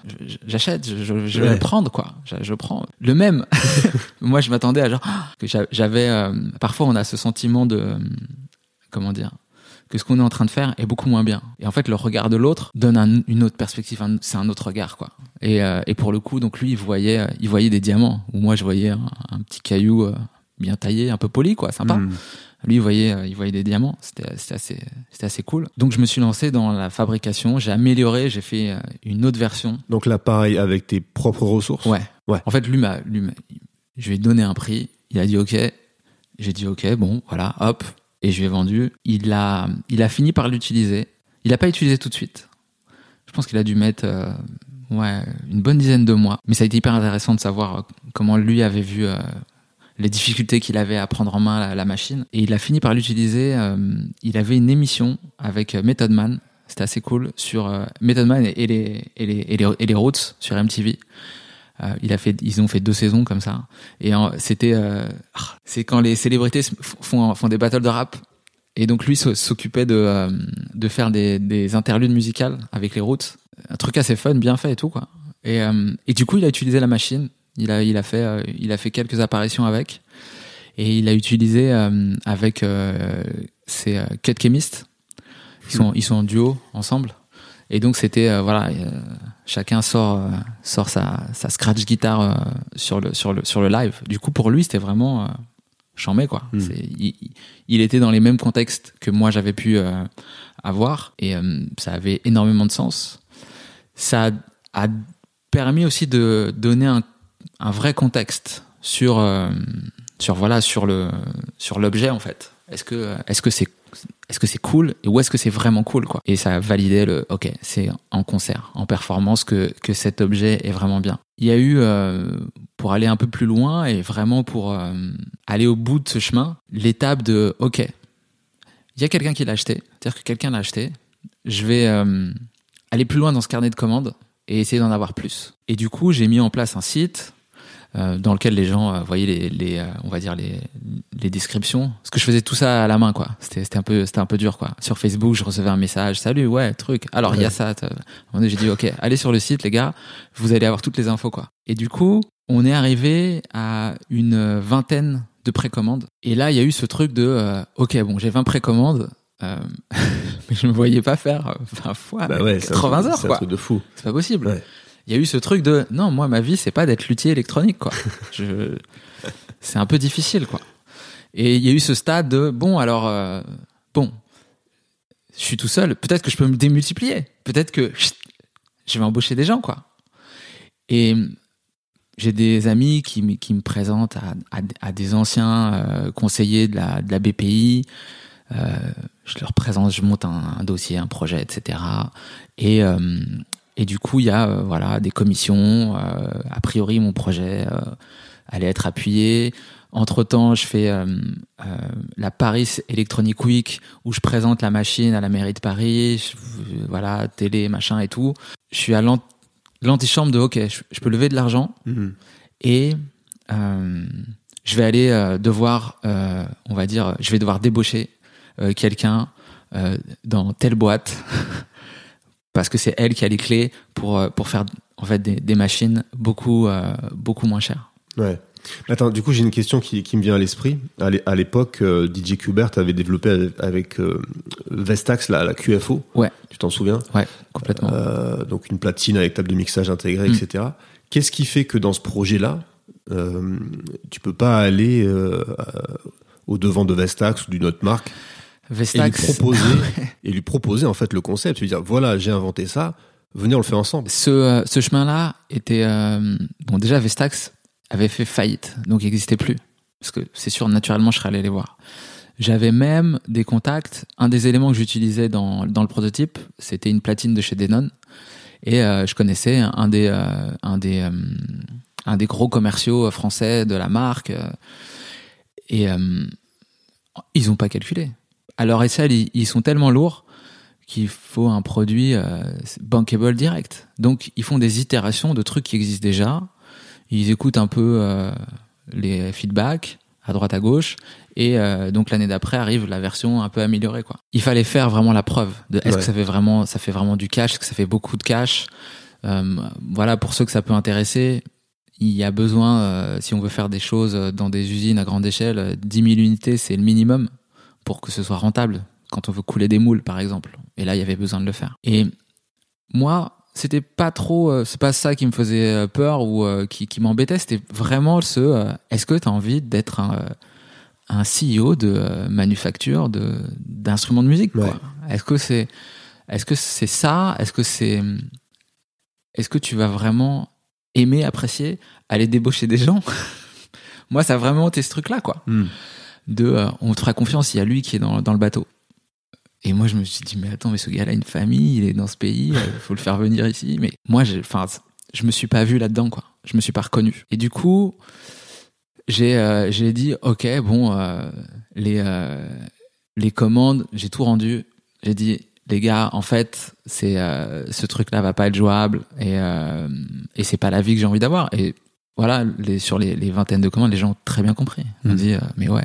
je- j'achète, je, je, je Ouais. vais le prendre quoi. Je, je prends le même. Moi, je m'attendais à genre que j'a- j'avais. Euh, parfois, on a ce sentiment de euh, comment dire que ce qu'on est en train de faire est beaucoup moins bien. Et en fait, le regard de l'autre donne un, une autre perspective. Un, c'est un autre regard quoi. Et, euh, et pour le coup, donc lui, il voyait, euh, il voyait des diamants. Ou moi, je voyais un, un petit caillou euh, bien taillé, un peu poli quoi, sympa. Mm. Lui, il voyait, euh, il voyait des diamants. C'était, c'était assez, c'était assez cool. Donc, je me suis lancé dans la fabrication. J'ai amélioré. J'ai fait euh, une autre version. Donc là, pareil, avec tes propres ressources. Ouais. Ouais. En fait, lui m'a, lui m'a- je lui ai donné un prix. Il a dit OK. J'ai dit OK. Bon, voilà, hop. Et je lui ai vendu. Il a, il a fini par l'utiliser. Il l'a pas utilisé tout de suite. Je pense qu'il a dû mettre, euh, ouais, une bonne dizaine de mois. Mais ça a été hyper intéressant de savoir euh, comment lui avait vu euh, les difficultés qu'il avait à prendre en main la, la machine. Et il a fini par l'utiliser. Euh, il avait une émission avec euh, Method Man. C'était assez cool sur euh, Method Man et, et les et les et les, et les Roots sur M T V. Euh, il a fait, ils ont fait deux saisons comme ça. Et en, c'était, euh, ah, c'est quand les célébrités se font font des battles de rap. Et donc lui s'occupait de euh, de faire des des interludes musicales avec les Roots. Un truc assez fun, bien fait et tout quoi. Et euh, et du coup il a utilisé la machine. Il a il a fait euh, il a fait quelques apparitions avec. Et il a utilisé euh, avec euh, ses euh, Cut Chemist. Ils sont ils sont en duo ensemble. Et donc c'était euh, voilà, euh, chacun sort euh, sort sa sa scratch guitare euh, sur le sur le sur le live. Du coup pour lui c'était vraiment euh, chambé quoi. Mm. C'est, il, il était dans les mêmes contextes que moi j'avais pu euh, avoir et euh, ça avait énormément de sens. Ça a, a permis aussi de donner un un vrai contexte sur euh, sur voilà sur le sur l'objet en fait. Est-ce que est-ce que c'est est-ce que c'est cool et où est-ce que c'est vraiment cool quoi. Et ça a validé le OK, c'est en concert, en performance que que cet objet est vraiment bien. Il y a eu euh, pour aller un peu plus loin et vraiment pour euh, aller au bout de ce chemin, l'étape de OK. Il y a quelqu'un qui l'a acheté, c'est-à-dire que quelqu'un l'a acheté, je vais euh, aller plus loin dans ce carnet de commandes et essayer d'en avoir plus. Et du coup, j'ai mis en place un site Euh, dans lequel les gens euh, voyaient les, les euh, on va dire les, les descriptions, parce que je faisais tout ça à la main quoi. C'était c'était un peu c'était un peu dur quoi. Sur Facebook, je recevais un message, salut ouais truc. Alors il ouais. y a ça. À un moment donné, j'ai dit ok, allez sur le site les gars, vous allez avoir toutes les infos quoi. Et du coup, on est arrivé à une vingtaine de précommandes. Et là, il y a eu ce truc de euh, ok bon, j'ai vingt précommandes. Euh, mais je me voyais pas faire vingt fois bah ouais, quatre-vingts heures c'est quoi. Un truc de fou. C'est pas possible. Ouais. Il y a eu ce truc de non, moi ma vie c'est pas d'être luthier électronique quoi. Je, c'est un peu difficile quoi. Et il y a eu ce stade de bon alors euh, bon, je suis tout seul, peut-être que je peux me démultiplier, peut-être que chut, je vais embaucher des gens quoi. Et j'ai des amis qui qui me présentent à à, à des anciens euh, conseillers de la de la B P I. Euh, je leur présente, je monte un, un dossier, un projet, et cetera. Et euh, Et du coup, il y a euh, voilà des commissions. Euh, a priori, mon projet euh, allait être appuyé. Entre-temps, je fais euh, euh, la Paris Electronic Week où je présente la machine à la mairie de Paris. Je, voilà, télé, machin et tout. Je suis à l'ant- l'antichambre de OK, je, je peux lever de l'argent mmh. et euh, je vais aller euh, devoir, euh, on va dire, je vais devoir débaucher euh, quelqu'un euh, dans telle boîte. Parce que c'est elle qui a les clés pour pour faire en fait des, des machines beaucoup euh, beaucoup moins chères. Ouais. Attends, du coup j'ai une question qui qui me vient à l'esprit. À l'époque, euh, D J Qbert avait développé avec, avec euh, Vestax la, la Q F O. Ouais. Tu t'en souviens? Ouais, complètement. Euh, donc une platine avec table de mixage intégrée, mmh. et cetera. Qu'est-ce qui fait que dans ce projet-là, euh, tu peux pas aller euh, au devant de Vestax ou d'une autre marque? Vestax. Et lui proposer, et lui proposer en fait le concept, lui dire voilà j'ai inventé ça, venez on le fait ensemble. Ce euh, ce chemin-là était euh, bon déjà Vestax avait fait faillite donc il n'existait plus parce que c'est sûr naturellement je serais allé les voir. J'avais même des contacts. Un des éléments que j'utilisais dans dans le prototype c'était une platine de chez Denon et euh, je connaissais un des euh, un des euh, un des gros commerciaux français de la marque euh, et euh, ils ont pas calculé. À leur échelle, ils sont tellement lourds qu'il faut un produit euh, bankable direct. Donc, ils font des itérations de trucs qui existent déjà. Ils écoutent un peu euh, les feedbacks à droite à gauche. Et euh, donc, l'année d'après arrive la version un peu améliorée, quoi. Il fallait faire vraiment la preuve de est-ce ouais. que ça fait vraiment, ça fait vraiment du cash, est-ce que ça fait beaucoup de cash. Euh, voilà, pour ceux que ça peut intéresser, il y a besoin, euh, si on veut faire des choses dans des usines à grande échelle, dix mille unités, c'est le minimum pour que ce soit rentable. Quand on veut couler des moules, par exemple. Et là, il y avait besoin de le faire. Et moi, c'était pas trop, euh, c'est pas ça qui me faisait peur ou euh, qui, qui m'embêtait. C'était vraiment ce, euh, est-ce que tu as envie d'être un, euh, un C E O de euh, manufacture de, d'instruments de musique, quoi. Ouais. Est-ce que c'est, est-ce que c'est ça? Est-ce que c'est, est-ce que tu vas vraiment aimer, apprécier, aller débaucher des gens? Moi, ça a vraiment été ce truc-là, quoi. Mm. De, euh, on te fera confiance, il y a lui qui est dans, dans le bateau. Et moi, je me suis dit, mais attends, mais ce gars-là a une famille, il est dans ce pays, il faut le faire venir ici. Mais moi, j'ai, enfin, je me suis pas vu là-dedans, quoi. Je me suis pas reconnu. Et du coup, j'ai, euh, j'ai dit, ok, bon, euh, les, euh, les commandes, j'ai tout rendu. J'ai dit, les gars, en fait, c'est, euh, ce truc-là va pas être jouable et, euh, et c'est pas la vie que j'ai envie d'avoir. Et voilà, les, sur les, les vingtaines de commandes, les gens ont très bien compris. Mmh. On dit, euh, mais ouais,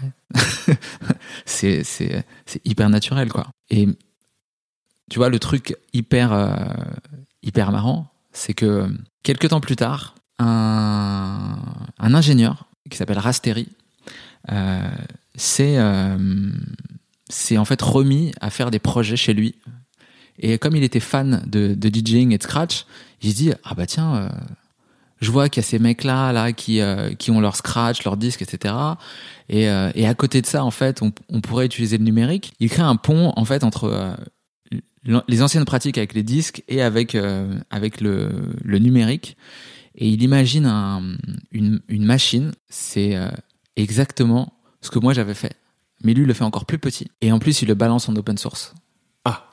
c'est, c'est, c'est hyper naturel, quoi. Et tu vois, le truc hyper, euh, hyper marrant, c'est que quelques temps plus tard, un, un ingénieur qui s'appelle Rasteri euh, s'est, euh, s'est en fait remis à faire des projets chez lui. Et comme il était fan de, de DJing et de scratch, il se dit, ah bah tiens, euh, je vois qu'il y a ces mecs-là là, qui, euh, qui ont leur scratch, leur disque, et cetera. Et, euh, et à côté de ça, en fait, on, on pourrait utiliser le numérique. Il crée un pont, en fait, entre euh, les anciennes pratiques avec les disques et avec, euh, avec le, le numérique. Et il imagine un, une, une machine. C'est euh, exactement ce que moi j'avais fait. Mais lui, il le fait encore plus petit. Et en plus, il le balance en open source. Ah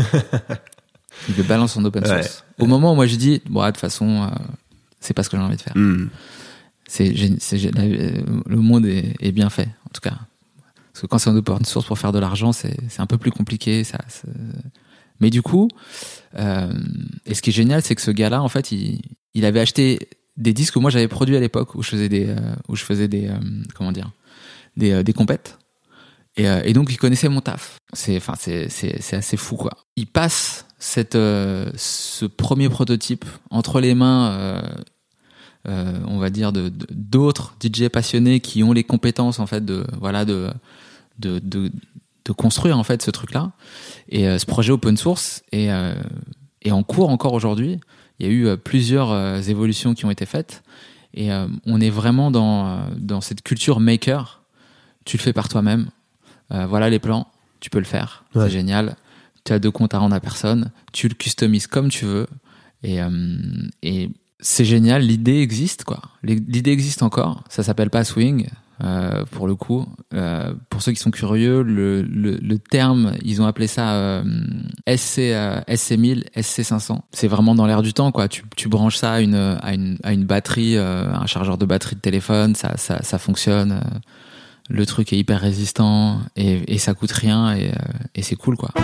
Il le balance en open source. Ouais. Au moment où moi je dis, bon, de toute façon, euh, c'est pas ce que j'ai envie de faire. Mm. C'est, c'est, le monde est, est bien fait, en tout cas. Parce que quand c'est en open source pour faire de l'argent, c'est, c'est un peu plus compliqué. Ça, c'est... Mais du coup, euh, et ce qui est génial, c'est que ce gars-là, en fait, il, il avait acheté des disques que moi j'avais produits à l'époque où je faisais des, euh, où je faisais des, euh, comment dire, des, euh, des compètes. Et, euh, et donc il connaissait mon taf. C'est, enfin, c'est, c'est, c'est assez fou, quoi. Il passe cette, euh, ce premier prototype entre les mains. Euh, Euh, on va dire de, de, d'autres D J passionnés qui ont les compétences en fait de voilà de de de, de construire en fait ce truc là et euh, ce projet open source est euh, est en cours encore aujourd'hui. Il y a eu euh, plusieurs euh, évolutions qui ont été faites et euh, on est vraiment dans euh, dans cette culture maker. Tu le fais par toi-même. Euh, voilà les plans, tu peux le faire, ouais. C'est génial. Tu as deux comptes à rendre à personne, tu le customises comme tu veux et euh, et c'est génial, l'idée existe, quoi. L'idée existe encore. Ça s'appelle pas swing, euh, pour le coup. Euh, pour ceux qui sont curieux, le, le, le terme, ils ont appelé ça euh, S C, euh, S C mille, S C cinq cents. C'est vraiment dans l'air du temps, quoi. Tu, tu branches ça à une, à une, à une batterie, euh, un chargeur de batterie de téléphone, ça, ça, ça fonctionne. Le truc est hyper résistant et, et ça coûte rien et, et c'est cool, quoi.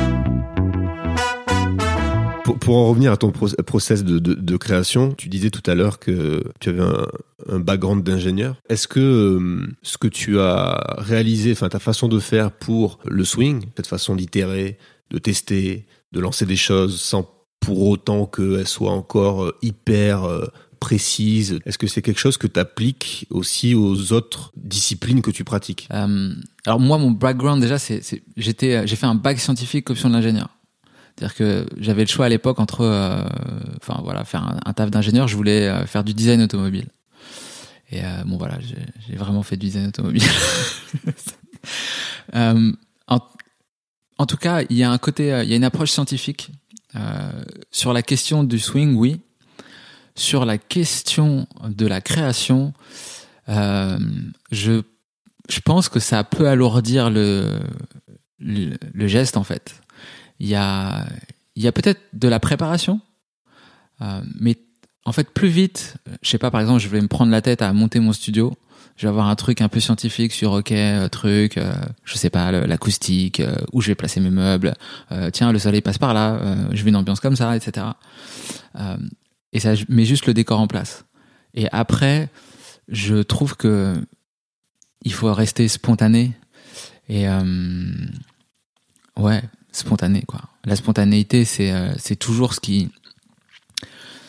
Pour, pour en revenir à ton process de, de, de création, tu disais tout à l'heure que tu avais un, un background d'ingénieur. Est-ce que euh, ce que tu as réalisé, enfin ta façon de faire pour le swing, cette façon d'itérer, de tester, de lancer des choses sans pour autant qu'elles soient encore hyper euh, précises, est-ce que c'est quelque chose que tu appliques aussi aux autres disciplines que tu pratiques ? euh, Alors moi, mon background déjà, c'est, c'est j'étais, j'ai fait un bac scientifique option de l'ingénieur. C'est-à-dire que j'avais le choix à l'époque entre, euh, enfin voilà, faire un, un taf d'ingénieur. Je voulais euh, faire du design automobile. Et euh, bon voilà, j'ai, j'ai vraiment fait du design automobile. euh, en, en tout cas, il y a un côté, il y a une approche scientifique euh, sur la question du swing, oui. Sur la question de la création, euh, je, je pense que ça peut alourdir le, le, le geste en fait. Il y a, il y a peut-être de la préparation, euh, mais en fait plus vite, je sais pas, par exemple, je vais me prendre la tête à monter mon studio, je vais avoir un truc un peu scientifique sur ok, euh, truc, euh, je sais pas, le, l'acoustique, euh, où je vais placer mes meubles, euh, tiens, le soleil passe par là, euh, je veux une ambiance comme ça, et cetera. Euh, et ça met juste le décor en place. Et après, je trouve que il faut rester spontané et euh, ouais. Spontané, quoi. La spontanéité, c'est euh, c'est toujours ce qui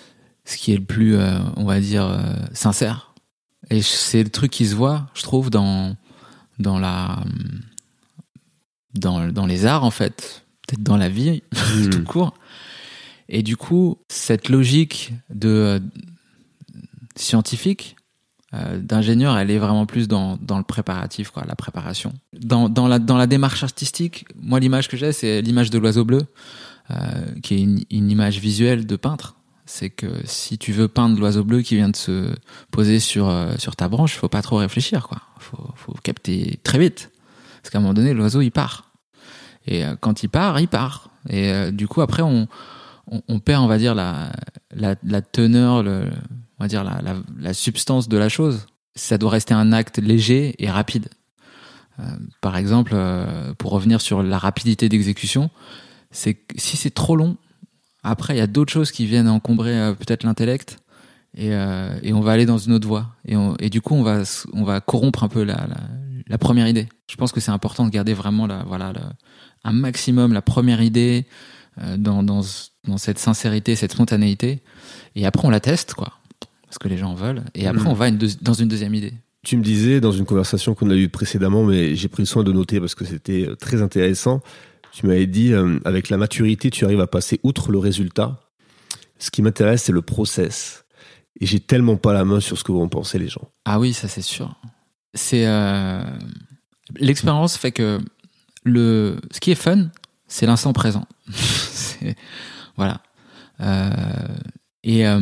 ce qui est le plus, euh, on va dire, euh, sincère. Et c'est le truc qui se voit, je trouve, dans dans la dans dans les arts en fait, peut-être dans la vie mmh. tout court. Et du coup, cette logique de euh, scientifique, euh, d'ingénieur, elle est vraiment plus dans dans le préparatif, quoi, la préparation. Dans dans la dans la démarche artistique, moi l'image que j'ai, c'est l'image de l'oiseau bleu, euh, qui est une, une image visuelle de peintre. C'est que si tu veux peindre l'oiseau bleu qui vient de se poser sur euh, sur ta branche, faut pas trop réfléchir, quoi. Faut faut capter très vite, parce qu'à un moment donné, l'oiseau il part. Et euh, quand il part, il part. Et euh, du coup, après, on On, on perd, on va dire, la, la, la teneur, le, on va dire la, la, la substance de la chose. Ça doit rester un acte léger et rapide. Euh, par exemple, euh, pour revenir sur la rapidité d'exécution, c'est que si c'est trop long, après il y a d'autres choses qui viennent encombrer euh, peut-être l'intellect et, euh, et on va aller dans une autre voie. Et, on, et du coup, on va, on va corrompre un peu la, la, la première idée. Je pense que c'est important de garder vraiment la, voilà, la, un maximum la première idée euh, dans, dans dans cette sincérité, cette spontanéité, et après on la teste, quoi, parce que les gens veulent, et après mmh. on va une deux, dans une deuxième idée. Tu me disais dans une conversation qu'on a eue précédemment, mais j'ai pris le soin de noter parce que c'était très intéressant, tu m'avais dit, euh, avec la maturité, tu arrives à passer outre le résultat. Ce qui m'intéresse, c'est le process. Et j'ai tellement pas la main sur ce que vont penser les gens. Ah oui, ça c'est sûr. C'est euh... L'expérience fait que le... ce qui est fun, c'est l'instant présent. c'est... Voilà. Euh, et euh,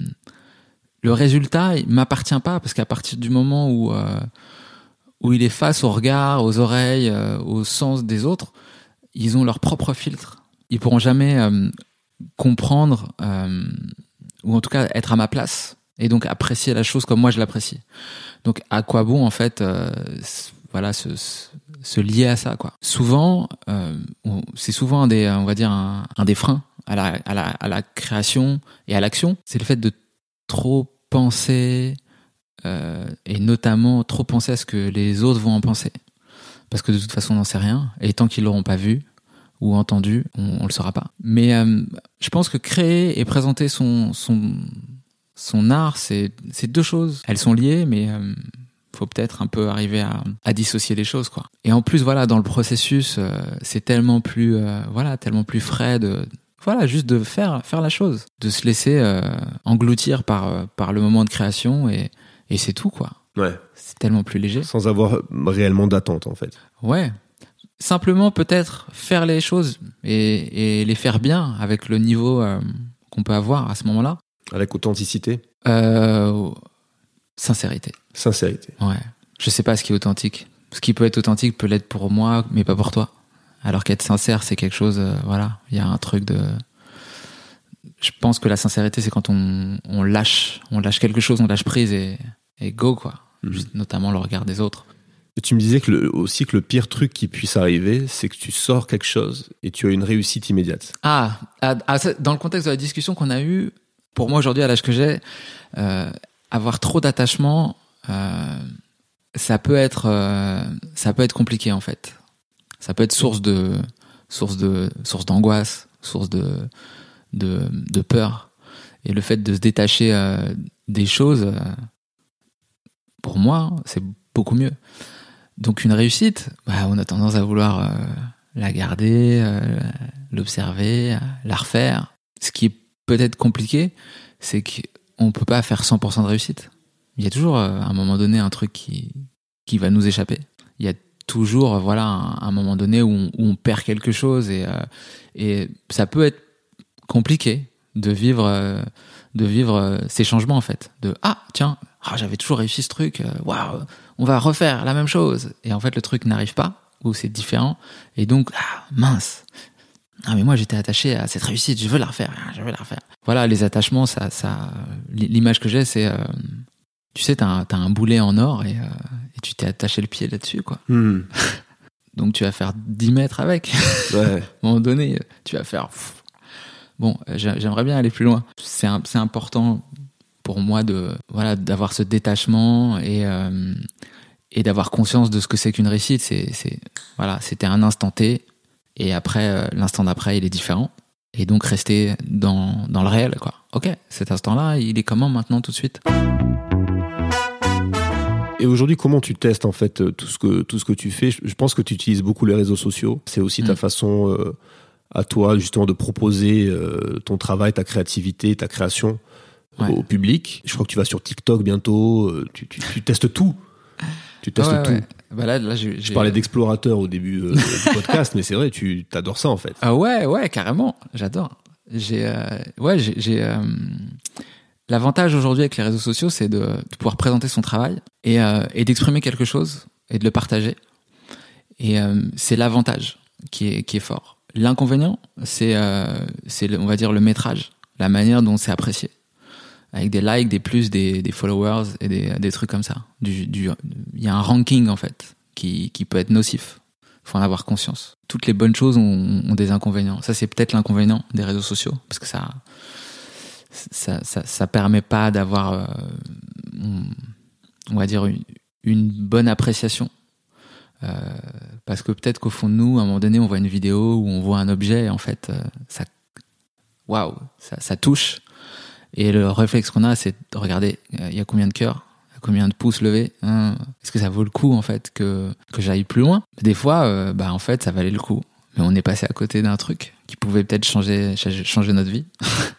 le résultat, il m'appartient pas parce qu'à partir du moment où euh, où il est face au regard, aux oreilles, euh, au sens des autres, ils ont leur propre filtre. Ils pourront jamais euh, comprendre euh, ou en tout cas être à ma place et donc apprécier la chose comme moi je l'apprécie. Donc à quoi bon en fait euh, voilà se, se se lier à ça, quoi. Souvent, euh, on, c'est souvent un des, on va dire un, un des freins à la, à la, à la création et à l'action, c'est le fait de trop penser euh, et notamment trop penser à ce que les autres vont en penser, parce que de toute façon on n'en sait rien et tant qu'ils l'auront pas vu ou entendu, on, on le saura pas. Mais euh, je pense que créer et présenter son son son art, c'est c'est deux choses. Elles sont liées, mais euh, faut peut-être un peu arriver à, à dissocier les choses, quoi. Et en plus, voilà, dans le processus, euh, c'est tellement plus, euh, voilà, tellement plus frais de, voilà, juste de faire, faire la chose, de se laisser euh, engloutir par, par le moment de création et, et c'est tout, quoi. Ouais. C'est tellement plus léger. Sans avoir réellement d'attente, en fait. Ouais. Simplement, peut-être faire les choses et, et les faire bien avec le niveau euh, qu'on peut avoir à ce moment-là. Avec authenticité. Euh, sincérité. Sincérité. Ouais. Je sais pas ce qui est authentique. Ce qui peut être authentique peut l'être pour moi, mais pas pour toi. Alors qu'être sincère, c'est quelque chose, euh, voilà. Il y a un truc de... Je pense que la sincérité, c'est quand on, on lâche, on lâche quelque chose, on lâche prise et, et go, quoi. Mmh. Juste, notamment le regard des autres. Et tu me disais que le, aussi que le pire truc qui puisse arriver, c'est que tu sors quelque chose et tu as une réussite immédiate. Ah, à, à, dans le contexte de la discussion qu'on a eue, pour moi aujourd'hui, à l'âge que j'ai, euh, avoir trop d'attachement, euh, ça peut être, euh, ça peut être compliqué en fait. Ça peut être source de, source de, source d'angoisse, source de, de, de peur. Et le fait de se détacher euh, des choses, euh, pour moi, c'est beaucoup mieux. Donc une réussite, bah, on a tendance à vouloir euh, la garder, euh, l'observer, la refaire. Ce qui est peut-être compliqué, c'est qu'on peut pas faire cent pour cent de réussite. Il y a toujours, euh, à un moment donné, un truc qui, qui va nous échapper. Il y a toujours, voilà, un, un moment donné où on, où on perd quelque chose et, euh, et ça peut être compliqué de vivre, euh, de vivre euh, ces changements, en fait. De, ah, tiens, ah, j'avais toujours réussi ce truc, waouh, wow, on va refaire la même chose. Et en fait, le truc n'arrive pas, ou c'est différent. Et donc, ah, mince. Ah, mais moi, j'étais attaché à cette réussite, je veux la refaire, je veux la refaire. Voilà, les attachements, ça, ça, l'image que j'ai, c'est, euh, tu sais, t'as un, t'as un boulet en or et, euh, et tu t'es attaché le pied là-dessus, quoi. Mm. Donc, tu vas faire dix mètres avec. Ouais. À un moment donné, tu vas faire, pff. Bon, j'aimerais bien aller plus loin. C'est, un, c'est important pour moi de, voilà, d'avoir ce détachement et, euh, et d'avoir conscience de ce que c'est qu'une réussite. C'est, c'est, voilà, c'était un instant T. Et après, euh, l'instant d'après, il est différent. Et donc rester dans, dans le réel, quoi. Ok, cet instant-là, il est comment maintenant, tout de suite? Et aujourd'hui, comment tu testes en fait tout ce que, tout ce que tu fais? Je pense que tu utilises beaucoup les réseaux sociaux. C'est aussi mmh. ta façon euh, à toi justement de proposer euh, ton travail, ta créativité, ta création ouais. au public. Je crois que tu vas sur TikTok bientôt. Euh, tu, tu, tu testes tout. Tu testes ouais, tout. Ouais. Bah là, là, j'ai, je j'ai... parlais d'explorateur au début euh, du podcast, mais c'est vrai, tu adores ça en fait. Ah ouais, ouais, carrément. J'adore. J'ai, euh, ouais, j'ai, j'ai euh, l'avantage aujourd'hui avec les réseaux sociaux, c'est de, de pouvoir présenter son travail et, euh, et d'exprimer quelque chose et de le partager. Et euh, c'est l'avantage qui est, qui est fort. L'inconvénient, c'est, euh, c'est le, on va dire le métrage, la manière dont c'est apprécié. Avec des likes, des plus, des, des followers et des, des trucs comme ça. Du, du, il y a un ranking, en fait, qui, qui peut être nocif. Faut en avoir conscience. Toutes les bonnes choses ont, ont des inconvénients. Ça, c'est peut-être l'inconvénient des réseaux sociaux, parce que ça, ça, ça, ça permet pas d'avoir, euh, on va dire, une, une bonne appréciation. Euh, parce que peut-être qu'au fond de nous, à un moment donné, on voit une vidéo ou on voit un objet, et en fait, euh, ça, waouh, ça, ça touche. Et le réflexe qu'on a, c'est de regarder, il y a combien de cœurs, il y a combien de pouces levés, hein, est-ce que ça vaut le coup en fait que que j'aille plus loin? Des fois, euh, bah en fait, ça valait le coup, mais on est passé à côté d'un truc qui pouvait peut-être changer changer notre vie.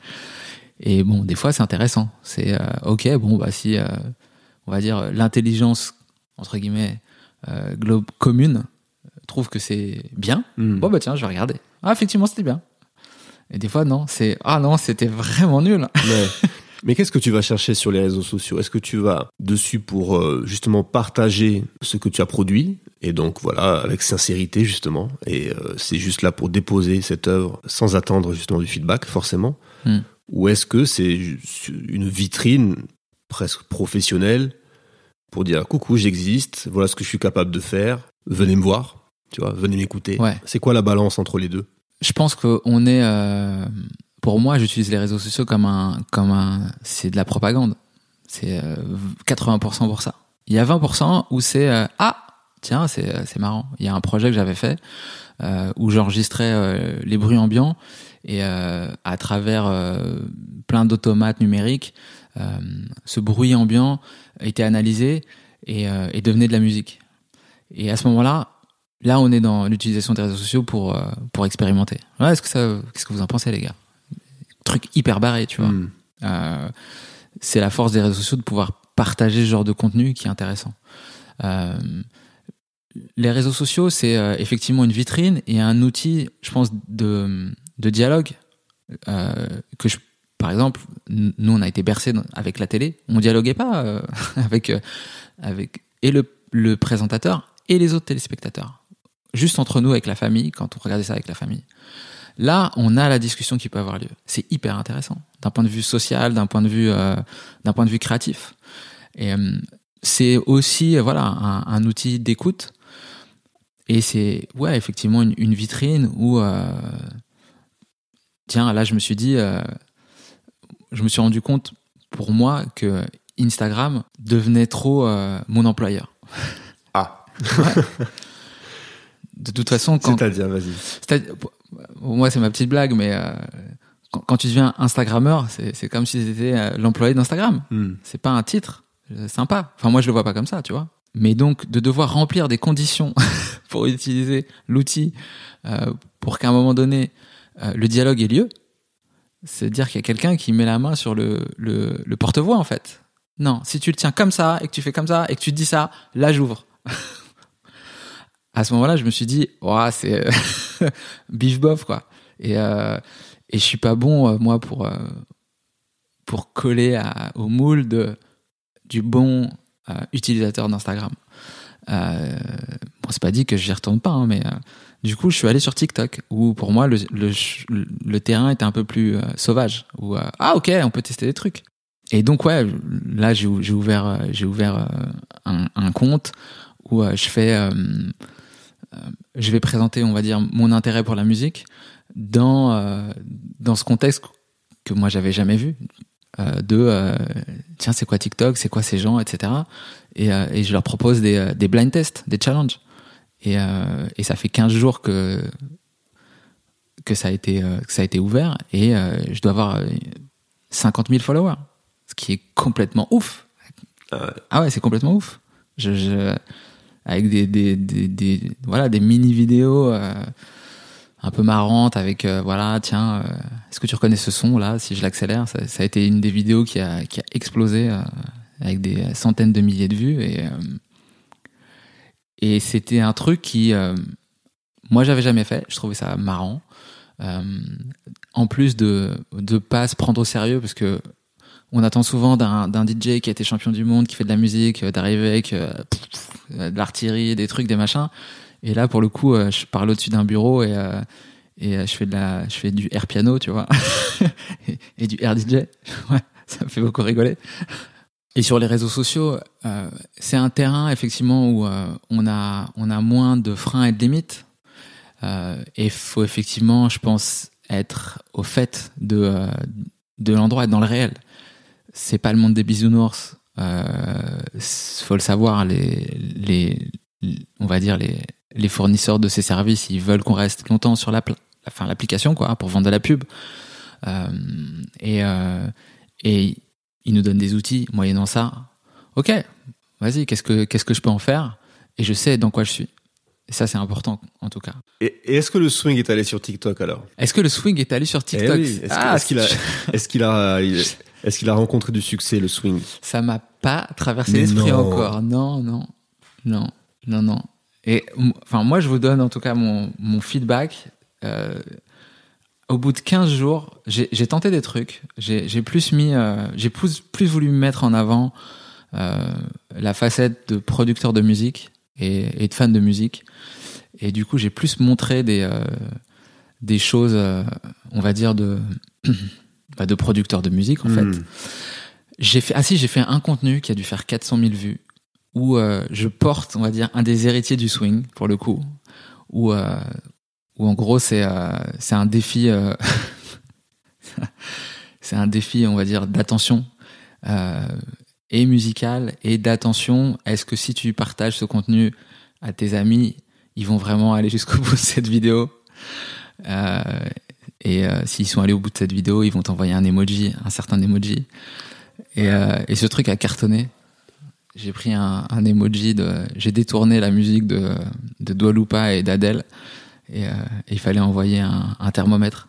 Et bon, des fois, c'est intéressant. C'est euh, ok, bon bah si, euh, on va dire l'intelligence entre guillemets euh, globe commune trouve que c'est bien, mmh. bon bah tiens, je vais regarder. Ah effectivement, c'était bien. Et des fois, non, c'est ah non, c'était vraiment nul. Mais, mais qu'est-ce que tu vas chercher sur les réseaux sociaux? Est-ce que tu vas dessus pour euh, justement partager ce que tu as produit? Et donc voilà, avec sincérité justement. Et euh, c'est juste là pour déposer cette œuvre sans attendre justement du feedback forcément. Mm. Ou est-ce que c'est une vitrine presque professionnelle pour dire coucou, j'existe, voilà ce que je suis capable de faire, venez me voir, tu vois, venez m'écouter. Ouais. C'est quoi la balance entre les deux? Je pense qu'on est, euh, pour moi, j'utilise les réseaux sociaux comme un, comme un, c'est de la propagande. C'est euh, quatre-vingts pour cent pour ça. Il y a vingt pour cent où c'est, euh, ah, tiens, c'est, c'est marrant. Il y a un projet que j'avais fait euh, où j'enregistrais euh, les bruits ambiants et euh, à travers euh, plein d'automates numériques, euh, ce bruit ambiant était analysé et, euh, et devenait de la musique. Et à ce moment-là, Là, on est dans l'utilisation des réseaux sociaux pour, euh, pour expérimenter. Ouais, est-ce que ça, qu'est-ce que vous en pensez, les gars? Truc hyper barré, tu vois. Mm. Euh, c'est la force des réseaux sociaux de pouvoir partager ce genre de contenu qui est intéressant. Euh, les réseaux sociaux, c'est euh, effectivement une vitrine et un outil, je pense, de, de dialogue. Euh, que je, par exemple, nous, on a été bercés avec la télé. On dialoguait pas euh, avec, euh, avec et le, le présentateur et les autres téléspectateurs. Juste entre nous avec la famille, quand on regardait ça avec la famille. Là, on a la discussion qui peut avoir lieu. C'est hyper intéressant, d'un point de vue social, d'un point de vue, euh, d'un point de vue créatif. Et euh, c'est aussi, voilà, un, un outil d'écoute. Et c'est, ouais, effectivement, une, une vitrine où, euh, tiens, là, je me suis dit, euh, je me suis rendu compte, pour moi, que Instagram devenait trop euh, mon employeur. Ah. Ouais. De toute façon, quand c'est-à-dire, vas-y. C'est-à-dire, moi, c'est ma petite blague, mais euh, quand, quand tu deviens Instagrammeur, c'est, c'est comme si c'était euh, l'employé d'Instagram. Mm. C'est pas un titre c'est sympa. Enfin, moi, je le vois pas comme ça, tu vois. Mais donc, de devoir remplir des conditions pour utiliser l'outil, euh, pour qu'à un moment donné, euh, le dialogue ait lieu, c'est dire qu'il y a quelqu'un qui met la main sur le, le, le porte-voix, en fait. Non, si tu le tiens comme ça, et que tu fais comme ça, et que tu te dis ça, là, j'ouvre. À ce moment-là, je me suis dit, oh, c'est bif bof, quoi. Et, euh, et je suis pas bon, euh, moi, pour, euh, pour coller à, au moule de, du bon euh, utilisateur d'Instagram. Euh, bon, c'est pas dit que j'y retourne pas, hein, mais euh, du coup, je suis allé sur TikTok, où pour moi, le, le, le terrain était un peu plus euh, sauvage. Où, euh, ah, ok, on peut tester des trucs. Et donc, ouais, là, j'ai, j'ai ouvert, j'ai ouvert euh, un, un compte où euh, je fais... Euh, je vais présenter, on va dire, mon intérêt pour la musique dans euh, dans ce contexte que moi j'avais jamais vu euh, de euh, tiens, c'est quoi TikTok, c'est quoi ces gens, et cetera. Et, euh, et je leur propose des des blind tests, des challenges. Et euh, et ça fait quinze jours que que ça a été euh, que ça a été ouvert et euh, je dois avoir euh, cinquante mille followers, ce qui est complètement ouf. Ah ouais, ah ouais c'est complètement ouf. Je, je avec des des, des des voilà des mini vidéos euh, un peu marrantes avec euh, voilà tiens euh, est-ce que tu reconnais ce son là, si je l'accélère, ça, ça a été une des vidéos qui a qui a explosé euh, avec des centaines de milliers de vues et euh, et c'était un truc qui euh, moi j'avais jamais fait, je trouvais ça marrant. Euh, en plus de de pas se prendre au sérieux, parce que on attend souvent d'un d'un D J qui a été champion du monde, qui fait de la musique, d'arriver avec euh, de l'artillerie, des trucs, des machins. Et là, pour le coup, euh, je parle au-dessus d'un bureau et euh, et euh, je fais de la, je fais du air piano, tu vois, et, et du air D J. Ouais, ça me fait beaucoup rigoler. Et sur les réseaux sociaux, euh, c'est un terrain effectivement où euh, on a on a moins de freins et de limites. Euh, et faut effectivement, je pense, être au fait de euh, de l'endroit, être dans le réel. C'est pas le monde des bisounours. Euh, faut le savoir, les les on va dire les les fournisseurs de ces services, ils veulent qu'on reste longtemps sur la pla- enfin l'application quoi, pour vendre de la pub. Euh, et euh, et ils nous donnent des outils moyennant ça. Ok, vas-y, qu'est-ce que qu'est-ce que je peux en faire? Et je sais dans quoi je suis. Et ça, c'est important, en tout cas. Et, et est-ce que le swing est allé sur TikTok alors? Est-ce que le swing est allé sur TikTok? Eh oui. Est-ce, ah, que, est-ce qu'il a, est-ce qu'il a, est-ce qu'il a rencontré du succès, le swing? Ça m'a pas traversé Mais l'esprit non. encore. Non, non, non, non, non. Et enfin, moi, je vous donne en tout cas mon mon feedback. Euh, au bout de quinze jours, j'ai, j'ai tenté des trucs. J'ai, j'ai plus mis, euh, j'ai plus plus voulu mettre en avant euh, la facette de producteur de musique et, et de fan de musique. Et du coup, j'ai plus montré des euh, des choses, euh, on va dire de bah, de producteurs de musique en mmh. fait. J'ai fait ah si j'ai fait un contenu qui a dû faire quatre cent mille vues où euh, je porte, on va dire, un des héritiers du swing pour le coup, où euh, où en gros c'est euh, c'est un défi euh, c'est un défi, on va dire, d'attention euh, et musical et d'attention. Est-ce que si tu partages ce contenu à tes amis, ils vont vraiment aller jusqu'au bout de cette vidéo? Euh, et euh, s'ils sont allés au bout de cette vidéo, ils vont t'envoyer un emoji, un certain emoji. Et, euh, et ce truc a cartonné. J'ai pris un, un emoji de, j'ai détourné la musique de, de Dua Lipa et d'Adèle, et, euh, et il fallait envoyer un, un thermomètre.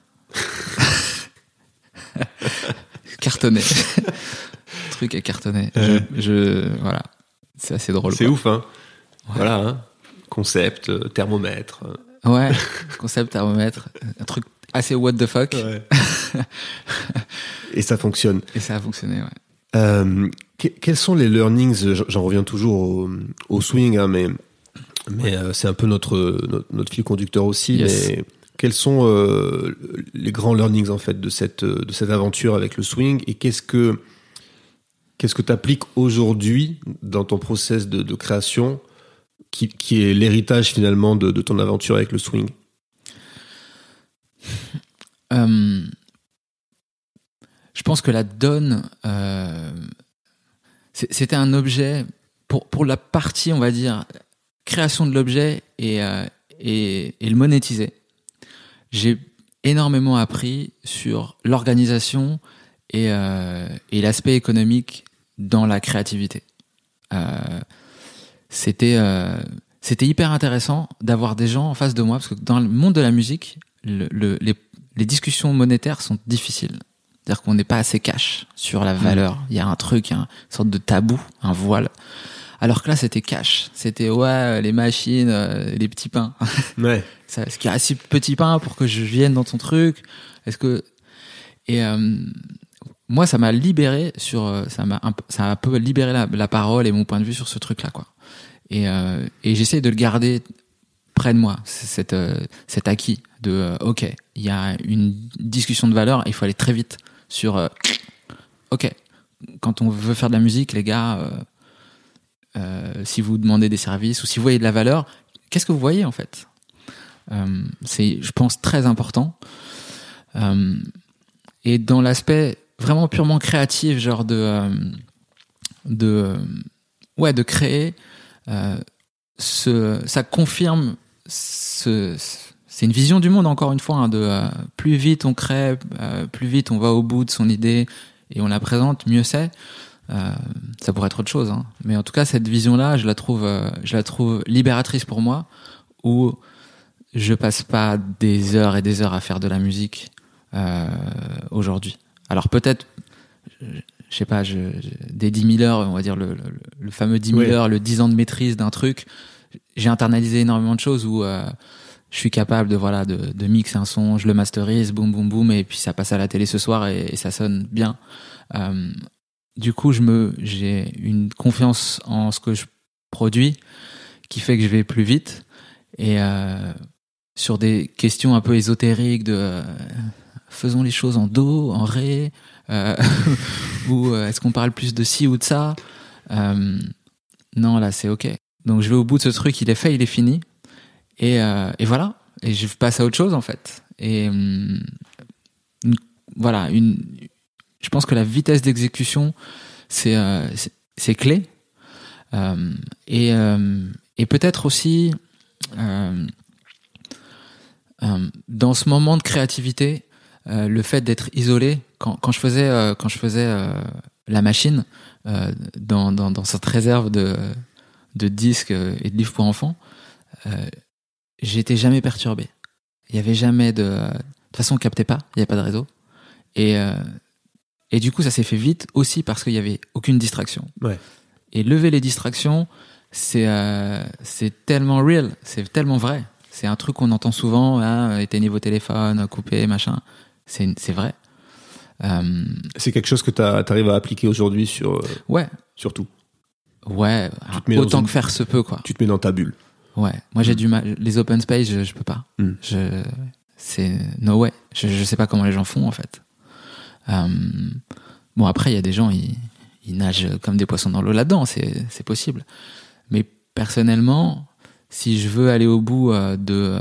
Cartonné. Le truc a cartonné. Euh. Je, je, voilà. C'est assez drôle. C'est quoi. ouf, hein. Ouais. Voilà, hein. Concept, euh, thermomètre. Ouais, concept thermomètre, un truc assez what the fuck. Ouais. Et ça fonctionne. Et ça a fonctionné, ouais. Euh, que, quels sont les learnings? J'en reviens toujours au, au swing, hein, mais mais euh, c'est un peu notre, notre notre fil conducteur aussi. Yes. Mais quels sont euh, les grands learnings en fait de cette de cette aventure avec le swing, et qu'est-ce que qu'est-ce que tu appliques aujourd'hui dans ton process de, de création, qui qui est l'héritage finalement de, de ton aventure avec le swing? Euh, je pense que la donne, euh, c'était un objet pour pour la partie, on va dire, création de l'objet et euh, et, et le monétiser. J'ai énormément appris sur l'organisation et euh, et l'aspect économique dans la créativité. Euh, c'était euh, c'était hyper intéressant d'avoir des gens en face de moi, parce que dans le monde de la musique, le, le, les, les discussions monétaires sont difficiles. C'est-à-dire qu'on n'est pas assez cash sur la valeur. Il y a un truc, une sorte de tabou, un voile. Alors que là, c'était cash. C'était, ouais, les machines, euh, les petits pains. Ouais. Ça, est-ce qu'il y a assez de petits pains pour que je vienne dans ton truc? Est-ce que... Et euh, moi, ça m'a libéré sur... Ça m'a un peu, ça a un peu libéré la, la parole et mon point de vue sur ce truc-là, quoi. Et, euh, et j'essaie de le garder près de moi, cet, euh, cet acquis de euh, ok, il y a une discussion de valeur, il faut aller très vite sur euh, ok, quand on veut faire de la musique, les gars, euh, euh, si vous demandez des services ou si vous voyez de la valeur, qu'est-ce que vous voyez en fait? euh, c'est, je pense, très important. Euh, et dans l'aspect vraiment purement créatif, genre de euh, de euh, ouais, de créer. Euh, ce, ça confirme ce, c'est une vision du monde, encore une fois, hein, de euh, plus vite on crée, euh, plus vite on va au bout de son idée et on la présente, mieux c'est. Euh, ça pourrait être autre chose, hein. Mais en tout cas, cette vision-là, je la trouve, euh, je la trouve libératrice pour moi, où je passe pas des heures et des heures à faire de la musique euh, aujourd'hui. Alors peut-être, je, je sais pas, je, je, des dix mille heures, on va dire le, le, le fameux dix mille oui. heures, le dix ans de maîtrise d'un truc. J'ai internalisé énormément de choses où euh, je suis capable de voilà de, de mixer un son, je le masterise, boum boum boum, et puis ça passe à la télé ce soir et, et ça sonne bien. Euh, du coup, je me, j'ai une confiance en ce que je produis qui fait que je vais plus vite et euh, sur des questions un peu ésotériques de euh, faisons les choses en do, en ré, euh, ou euh, est-ce qu'on parle plus de ci ou de ça. Euh, non, là c'est ok. Donc je vais au bout de ce truc, il est fait, il est fini. Et, euh, et voilà. Et je passe à autre chose en fait. Et hum, une, voilà, une, je pense que la vitesse d'exécution, c'est, euh, c'est, c'est clé. Euh, et, euh, et peut-être aussi, euh, euh, dans ce moment de créativité, euh, le fait d'être isolé, quand, quand je faisais, euh, quand je faisais euh, la machine, euh, dans, dans, dans cette réserve de de disques et de livres pour enfants, euh, j'étais jamais perturbé. Il y avait jamais de... De toute façon, on captait pas, il y avait pas de réseau. Et, euh, et du coup, ça s'est fait vite aussi parce qu'il y avait aucune distraction. Ouais. Et lever les distractions, c'est, euh, c'est tellement real, c'est tellement vrai. C'est un truc qu'on entend souvent, hein, éteignez vos téléphones, coupez, machin. C'est, c'est vrai. Euh, c'est quelque chose que tu arrives à appliquer aujourd'hui sur, euh, ouais. sur tout. Ouais, autant que une... faire se peut, quoi. Tu te mets dans ta bulle. Ouais, moi j'ai mmh. du mal. Les open space, je, je peux pas. Mmh. Je, c'est no way. Je, je sais pas comment les gens font en fait. Euh, bon après, il y a des gens, ils, ils nagent comme des poissons dans l'eau là-dedans, c'est, c'est possible. Mais personnellement, si je veux aller au bout euh, de, euh,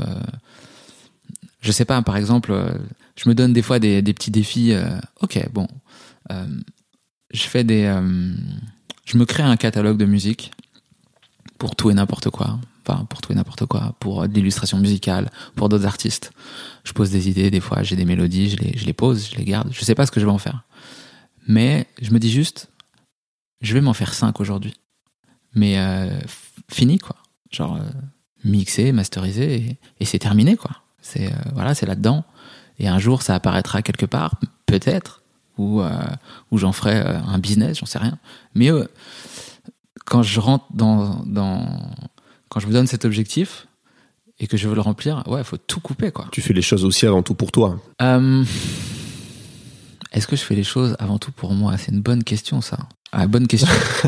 je sais pas, par exemple, euh, je me donne des fois des, des petits défis. Euh, ok, bon, euh, je fais des euh, je me crée un catalogue de musique pour tout et n'importe quoi. Enfin, pour tout et n'importe quoi. Pour de l'illustration musicale, pour d'autres artistes. Je pose des idées, des fois j'ai des mélodies, je les, je les pose, je les garde. Je sais pas ce que je vais en faire. Mais je me dis juste, je vais m'en faire cinq aujourd'hui. Mais euh, fini, quoi. Genre, euh, mixer, masteriser, et, et c'est terminé, quoi. C'est, euh, voilà, c'est là-dedans. Et un jour, ça apparaîtra quelque part, peut-être. Ou euh, où j'en ferai euh, un business, j'en sais rien. Mais euh, quand je rentre dans, dans, quand je me donne cet objectif et que je veux le remplir, ouais, il faut tout couper, quoi. Tu fais les choses aussi avant tout pour toi. Euh, est-ce que je fais les choses avant tout pour moi ? C'est une bonne question, ça. Ah, bonne question.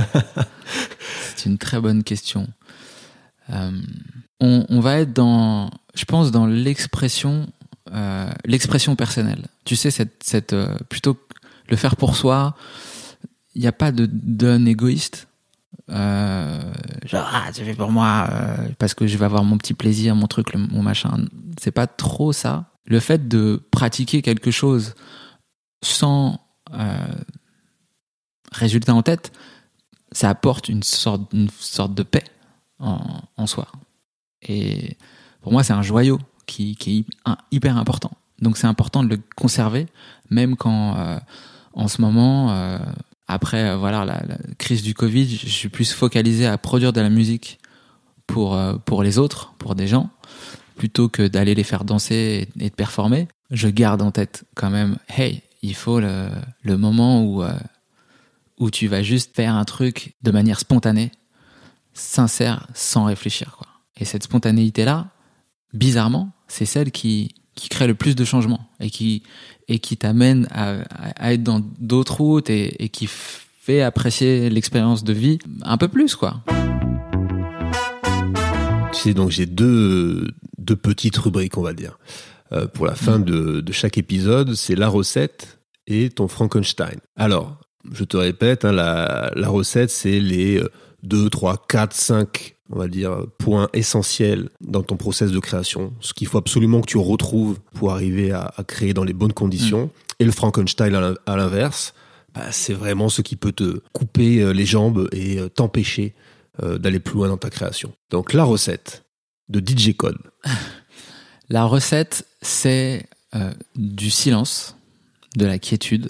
C'est une très bonne question. Euh, on, on va être dans, je pense, dans l'expression, euh, l'expression personnelle. Tu sais, cette, cette euh, plutôt le faire pour soi, il n'y a pas de d'un égoïste. Euh, genre, ah, tu fais pour moi euh, parce que je vais avoir mon petit plaisir, mon truc, le, mon machin. C'est pas trop ça. Le fait de pratiquer quelque chose sans euh, résultat en tête, ça apporte une sorte, une sorte de paix en, en soi. Et pour moi, c'est un joyau qui, qui est hyper important. Donc c'est important de le conserver, même quand euh, en ce moment, euh, après euh, voilà la, la crise du Covid, je suis plus focalisé à produire de la musique pour euh, pour les autres, pour des gens, plutôt que d'aller les faire danser et, et de performer. Je garde en tête quand même, hey, il faut le, le moment où euh, où tu vas juste faire un truc de manière spontanée, sincère, sans réfléchir, quoi. Et cette spontanéité-là, bizarrement, c'est celle qui qui crée le plus de changements et qui et qui t'amène à, à être dans d'autres routes et, et qui fait apprécier l'expérience de vie un peu plus, quoi. Tu sais, donc j'ai deux deux petites rubriques, on va dire, euh, pour la fin mmh. de de chaque épisode. C'est la recette et ton Frankenstein. Alors, je te répète, hein, la la recette, c'est les deux, trois, quatre, cinq, on va dire, points essentiels dans ton process de création, ce qu'il faut absolument que tu retrouves pour arriver à, à créer dans les bonnes conditions. Mmh. Et le Frankenstein, à l'inverse, bah, c'est vraiment ce qui peut te couper les jambes et t'empêcher euh, d'aller plus loin dans ta création. Donc la recette de D J Code. La recette, c'est euh, du silence, de la quiétude.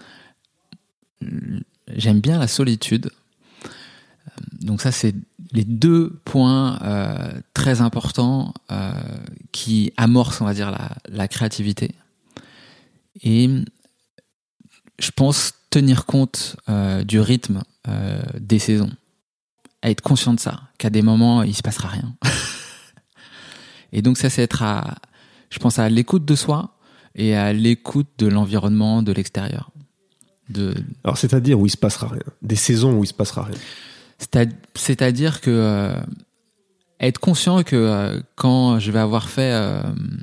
J'aime bien la solitude. Donc ça, c'est les deux points euh, très importants euh, qui amorcent, on va dire, la, la créativité. Et je pense tenir compte euh, du rythme euh, des saisons. Être conscient de ça, qu'à des moments, il se passera rien. Et donc ça, c'est être à, je pense, à l'écoute de soi et à l'écoute de l'environnement, de l'extérieur. De... Alors, c'est-à-dire où il se passera rien. Des saisons où il se passera rien. C'est-à-dire que euh, être conscient que euh, quand je vais avoir fait... Euh,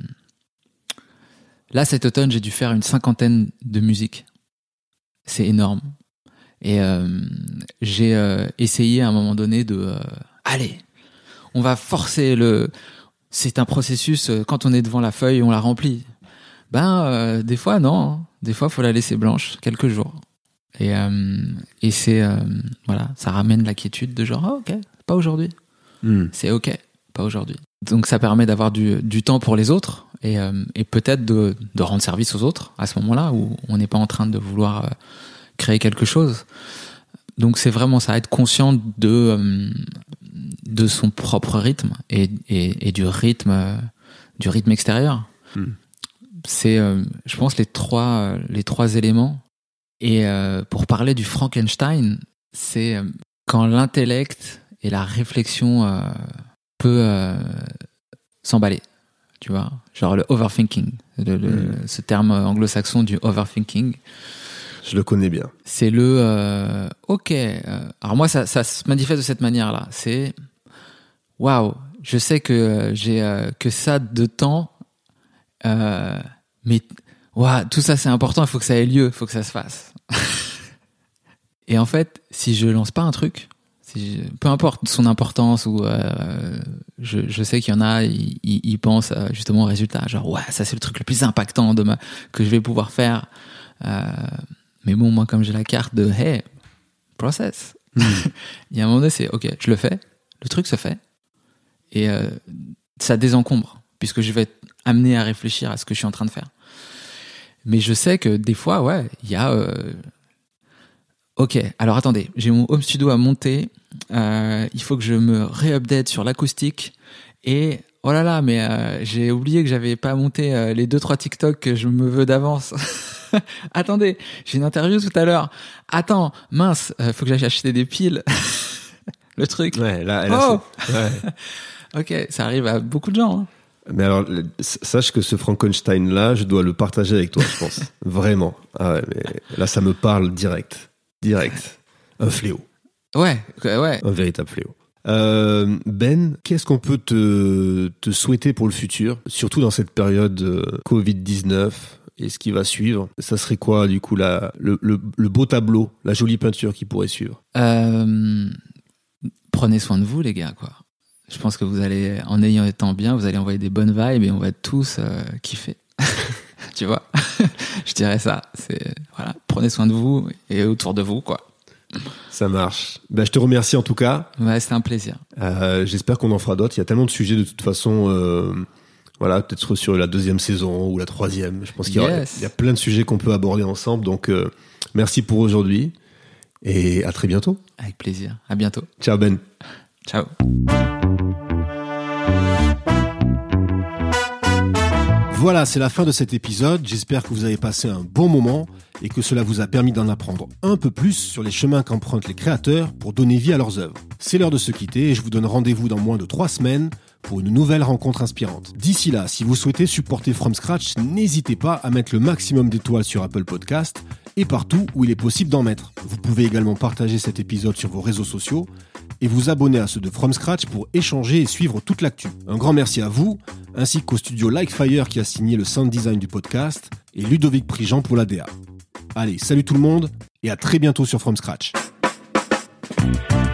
là, cet automne, j'ai dû faire une cinquantaine de musiques. C'est énorme. Et euh, j'ai euh, essayé à un moment donné de... Euh, allez, on va forcer le... C'est un processus, euh, quand on est devant la feuille, on la remplit. Ben, euh, des fois, non. Des fois, il faut la laisser blanche quelques jours. Et, euh, et c'est... Euh, voilà, ça ramène la quiétude de genre, oh, ok, pas aujourd'hui. Mm. C'est ok, pas aujourd'hui. Donc ça permet d'avoir du, du temps pour les autres et, euh, et peut-être de, de rendre service aux autres à ce moment-là où on n'est pas en train de vouloir euh, créer quelque chose. Donc c'est vraiment ça, être conscient de, euh, de son propre rythme et, et, et du rythme, euh, du rythme extérieur. Mm. C'est, euh, je pense, les trois, euh, les trois éléments. Et euh, pour parler du Frankenstein, c'est euh, quand l'intellect et la réflexion euh, peut euh, s'emballer, tu vois, genre le overthinking, le, le, mmh. ce terme anglo-saxon du overthinking. Je le connais bien. C'est le euh, ok. Euh, alors moi, ça, ça se manifeste de cette manière-là. C'est waouh, je sais que euh, j'ai euh, que ça de temps, euh, mais waouh, tout ça c'est important. Il faut que ça ait lieu, il faut que ça se fasse. Et en fait, si je lance pas un truc, si je, peu importe son importance ou euh, je, je sais qu'il y en a, ils, ils pensent justement au résultat, genre ouais, ça c'est le truc le plus impactant de ma, que je vais pouvoir faire. Euh, mais bon, moi comme j'ai la carte de hey, process, mmh. il y a un moment donné, c'est ok, je le fais, le truc se fait et euh, ça désencombre puisque je vais être amené à réfléchir à ce que je suis en train de faire. Mais je sais que des fois, ouais, il y a euh, ok, alors attendez, j'ai mon home studio à monter, euh, il faut que je me réupdate sur l'acoustique et oh là là, mais euh, j'ai oublié que j'avais pas monté euh, les deux trois TikTok que je me veux d'avance. Attendez, j'ai une interview tout à l'heure. Attends, mince, euh, faut que j'aille acheter des piles. Le truc. Ouais, là, là oh c'est... Ouais. Ok, ça arrive à beaucoup de gens. Hein. Mais alors, sache que ce Frankenstein-là, je dois le partager avec toi, je pense. Vraiment. Ah ouais, mais là, ça me parle direct. Direct. Un fléau. Ouais, ouais. Un véritable fléau. Euh, Ben, qu'est-ce qu'on peut te, te souhaiter pour le futur, surtout dans cette période euh, covid dix-neuf et ce qui va suivre? Ça serait quoi, du coup, la, le, le, le beau tableau, la jolie peinture qui pourrait suivre? euh, Prenez soin de vous, les gars, quoi. Je pense que vous allez, en ayant étant bien, vous allez envoyer des bonnes vibes et on va tous euh, kiffer. Tu vois? Je dirais ça. C'est, voilà, prenez soin de vous et autour de vous, quoi. Ça marche. Ben, je te remercie en tout cas. Ouais, c'était un plaisir. Euh, j'espère qu'on en fera d'autres. Il y a tellement de sujets de toute façon. Euh, voilà, peut-être sur la deuxième saison ou la troisième. Je pense qu'il y, yes. aura, il y a plein de sujets qu'on peut aborder ensemble. Donc, euh, merci pour aujourd'hui et à très bientôt. Avec plaisir. À bientôt. Ciao Ben. Ciao. Voilà, c'est la fin de cet épisode. J'espère que vous avez passé un bon moment et que cela vous a permis d'en apprendre un peu plus sur les chemins qu'empruntent les créateurs pour donner vie à leurs œuvres. C'est l'heure de se quitter et je vous donne rendez-vous dans moins de trois semaines pour une nouvelle rencontre inspirante. D'ici là, si vous souhaitez supporter From Scratch, n'hésitez pas à mettre le maximum d'étoiles sur Apple Podcast et partout où il est possible d'en mettre. Vous pouvez également partager cet épisode sur vos réseaux sociaux et vous abonner à ceux de From Scratch pour échanger et suivre toute l'actu. Un grand merci à vous, ainsi qu'au studio Likefire qui a signé le sound design du podcast et Ludovic Prigent pour la D A. Allez, salut tout le monde et à très bientôt sur From Scratch.